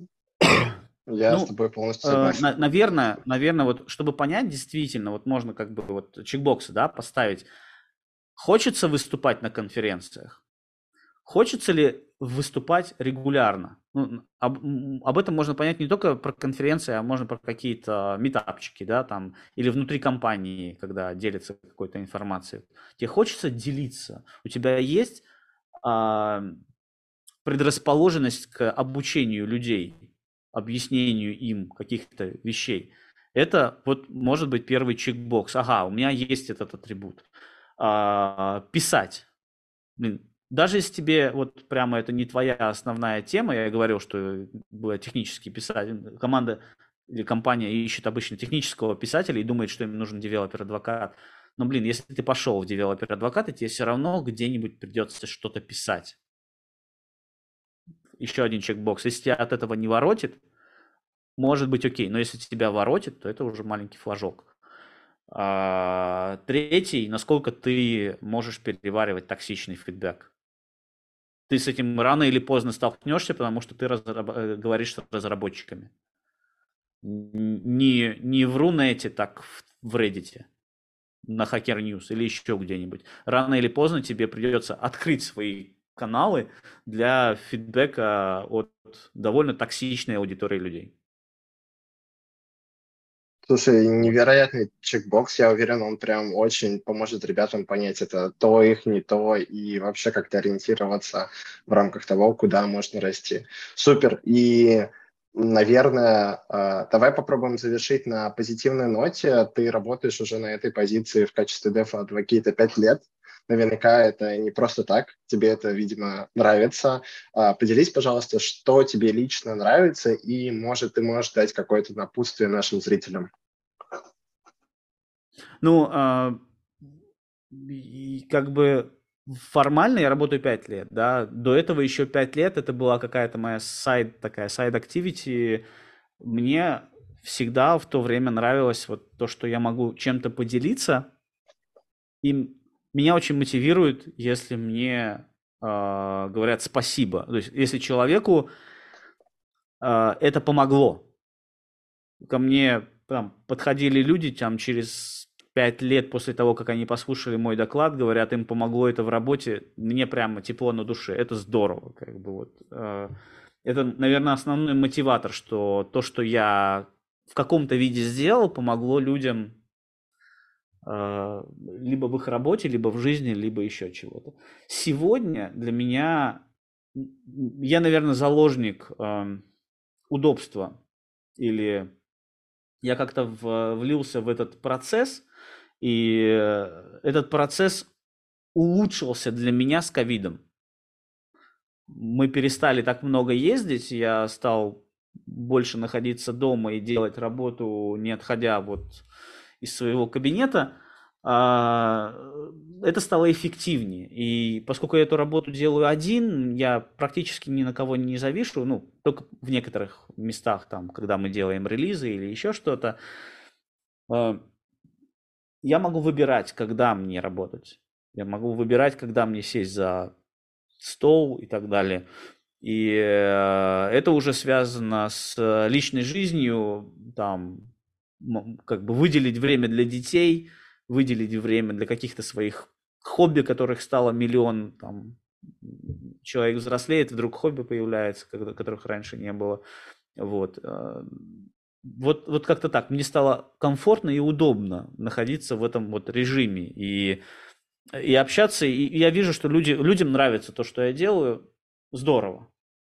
я с Ну, тобой полностью э, согласен. на- наверное, наверное, вот чтобы понять действительно, вот можно как бы вот чекбоксы, да, поставить. Хочется выступать на конференциях? Хочется ли выступать регулярно? Ну, об, м, об этом можно понять не только про конференции, а можно про какие-то метапчики, да, там, или внутри компании, когда делятся какой-то информацией. Тебе хочется делиться. У тебя есть а, предрасположенность к обучению людей, объяснению им каких-то вещей. Это вот может быть первый чекбокс. Ага, у меня есть этот атрибут. А, писать. Блин, даже если тебе вот прямо это не твоя основная тема, я говорил, что было технический писатель, команда или компания ищет обычно технического писателя и думает, что им нужен девелопер-адвокат. Но, блин, если ты пошел в девелопер-адвокат, тебе все равно где-нибудь придется что-то писать. Еще один чекбокс. Если тебя от этого не воротит, может быть окей, но если тебя воротит, то это уже маленький флажок. А, третий, насколько ты можешь переваривать токсичный фидбэк. Ты с этим рано или поздно столкнешься, потому что ты разраб- э, говоришь с разработчиками. Не, не в Рунете, так в, в Reddit, на Hacker News или еще где-нибудь. Рано или поздно тебе придется открыть свои каналы для фидбэка от довольно токсичной аудитории людей. Слушай, Вот. невероятный чекбокс, я уверен, он прям очень поможет ребятам понять, это то их, не то, и вообще как-то ориентироваться в рамках того, куда можно расти. Супер. И, наверное, э, давай попробуем завершить на позитивной ноте. Ты работаешь уже на этой позиции в качестве дефа-адвоката пять лет. Наверняка это не просто так, тебе это, видимо, нравится. А, Поделись, пожалуйста, что тебе лично нравится, и, может, ты можешь дать какое-то напутствие нашим зрителям. Ну, а, и как бы формально я работаю пять лет, да. До этого еще пять лет это была какая-то моя сайд, такая сайд activity. Мне всегда в то время нравилось вот то, что я могу чем-то поделиться. И меня очень мотивирует, если мне э, говорят спасибо. То есть, если человеку э, это помогло. Ко мне там подходили люди там через пять лет после того, как они послушали мой доклад, говорят, им помогло это в работе, мне прямо тепло на душе, это здорово, как бы вот. э, Это, наверное, основной мотиватор, что то, что я в каком-то виде сделал, помогло людям э, либо в их работе, либо в жизни, либо еще чего-то. Сегодня для меня, м, я, наверное, заложник э, удобства, или я как-то в- влился в этот процесс, и э, этот процесс улучшился для меня с ковидом. Мы перестали так много ездить, я стал больше находиться дома и делать работу, не отходя вот из своего кабинета. А, Это стало эффективнее. И поскольку я эту работу делаю один, я практически ни на кого не завишу, ну, только в некоторых местах, там, когда мы делаем релизы или еще что-то, а, я могу выбирать, когда мне работать. Я могу выбирать, когда мне сесть за стол и так далее. И э, это уже связано с э, личной жизнью, там, м, как бы выделить время для детей, выделить время для каких-то своих хобби, которых стало миллион, там, м, человек взрослеет, вдруг хобби появляется, когда- которых раньше не было. Вот. э, Вот, вот как-то так. Мне стало комфортно и удобно находиться в этом вот режиме и, и общаться. И я вижу, что люди, людям нравится то, что я делаю. Здорово.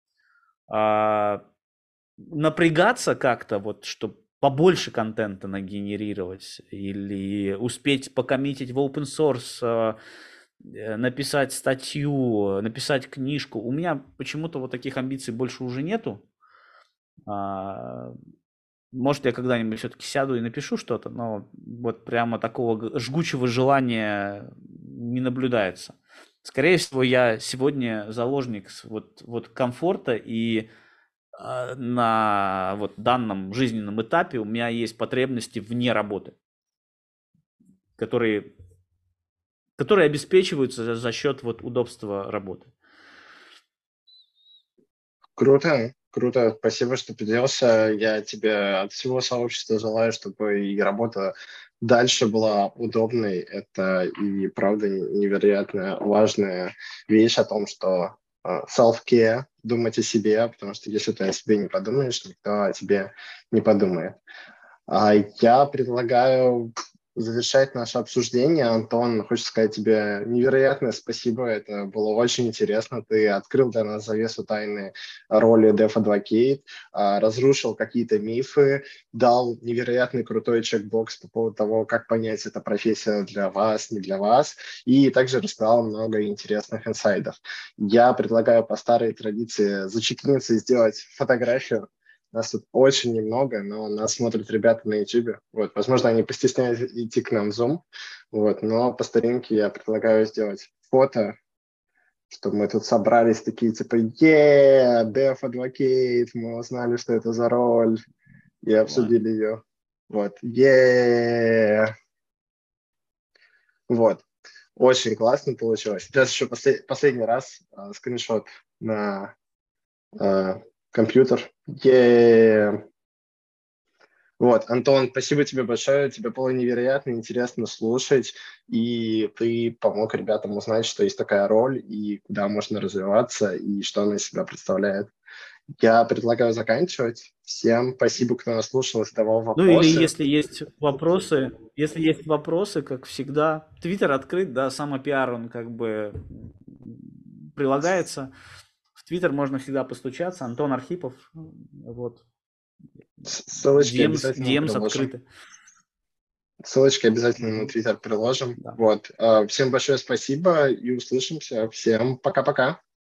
А, Напрягаться как-то, вот, чтобы побольше контента нагенерировать или успеть покоммитить в open source, а, э, написать статью, написать книжку. У меня почему-то вот таких амбиций больше уже нету. А, Может, я когда-нибудь все-таки сяду и напишу что-то, но вот прямо такого г- жгучего желания не наблюдается. Скорее всего, я сегодня заложник с- вот, вот комфорта, и а, на вот данном жизненном этапе у меня есть потребности вне работы, которые, которые обеспечиваются за, за счет вот удобства работы. Круто, круто. Спасибо, что поделился. Я тебе от всего сообщества желаю, чтобы и работа дальше была удобной. Это и правда невероятно важная вещь о том, что э, self-care, думать о себе, потому что если ты о себе не подумаешь, никто о тебе не подумает. А я предлагаю завершать наше обсуждение. Антон, хочу сказать тебе невероятное спасибо. Это было очень интересно. Ты открыл для нас завесу тайны роли Dev Advocate, а, разрушил какие-то мифы, дал невероятный крутой чекбокс по поводу того, как понять, эта профессия для вас, не для вас, и также рассказал много интересных инсайдов. Я предлагаю по старой традиции зачекниться и сделать фотографию. Нас тут очень немного, но нас смотрят ребята на YouTube. Вот, возможно, они постесняются идти к нам в Zoom. Вот, но по старинке я предлагаю сделать фото, чтобы мы тут собрались такие, типа, е Dev Advocate, мы узнали, что это за роль, и обсудили ее. Вот, е Вот, очень классно получилось. Сейчас еще послед... последний раз э, скриншот на э, компьютер. е Вот, Антон, спасибо тебе большое, тебе было невероятно интересно слушать, и ты помог ребятам узнать, что есть такая роль, и куда можно развиваться, и что она из себя представляет. Я предлагаю заканчивать. Всем спасибо, кто нас слушал и задавал Ну или вопросы. если есть вопросы, если есть вопросы, как всегда, Твиттер открыт, да, самопиар, он как бы прилагается. В Твиттер можно всегда постучаться. Антон Архипов, вот, Ссылочки ди эмс, обязательно ди эмс приложим. открыты. Ссылочки обязательно на Мгм. Твиттер приложим. Да. Вот. Всем большое спасибо и услышимся. Всем пока-пока.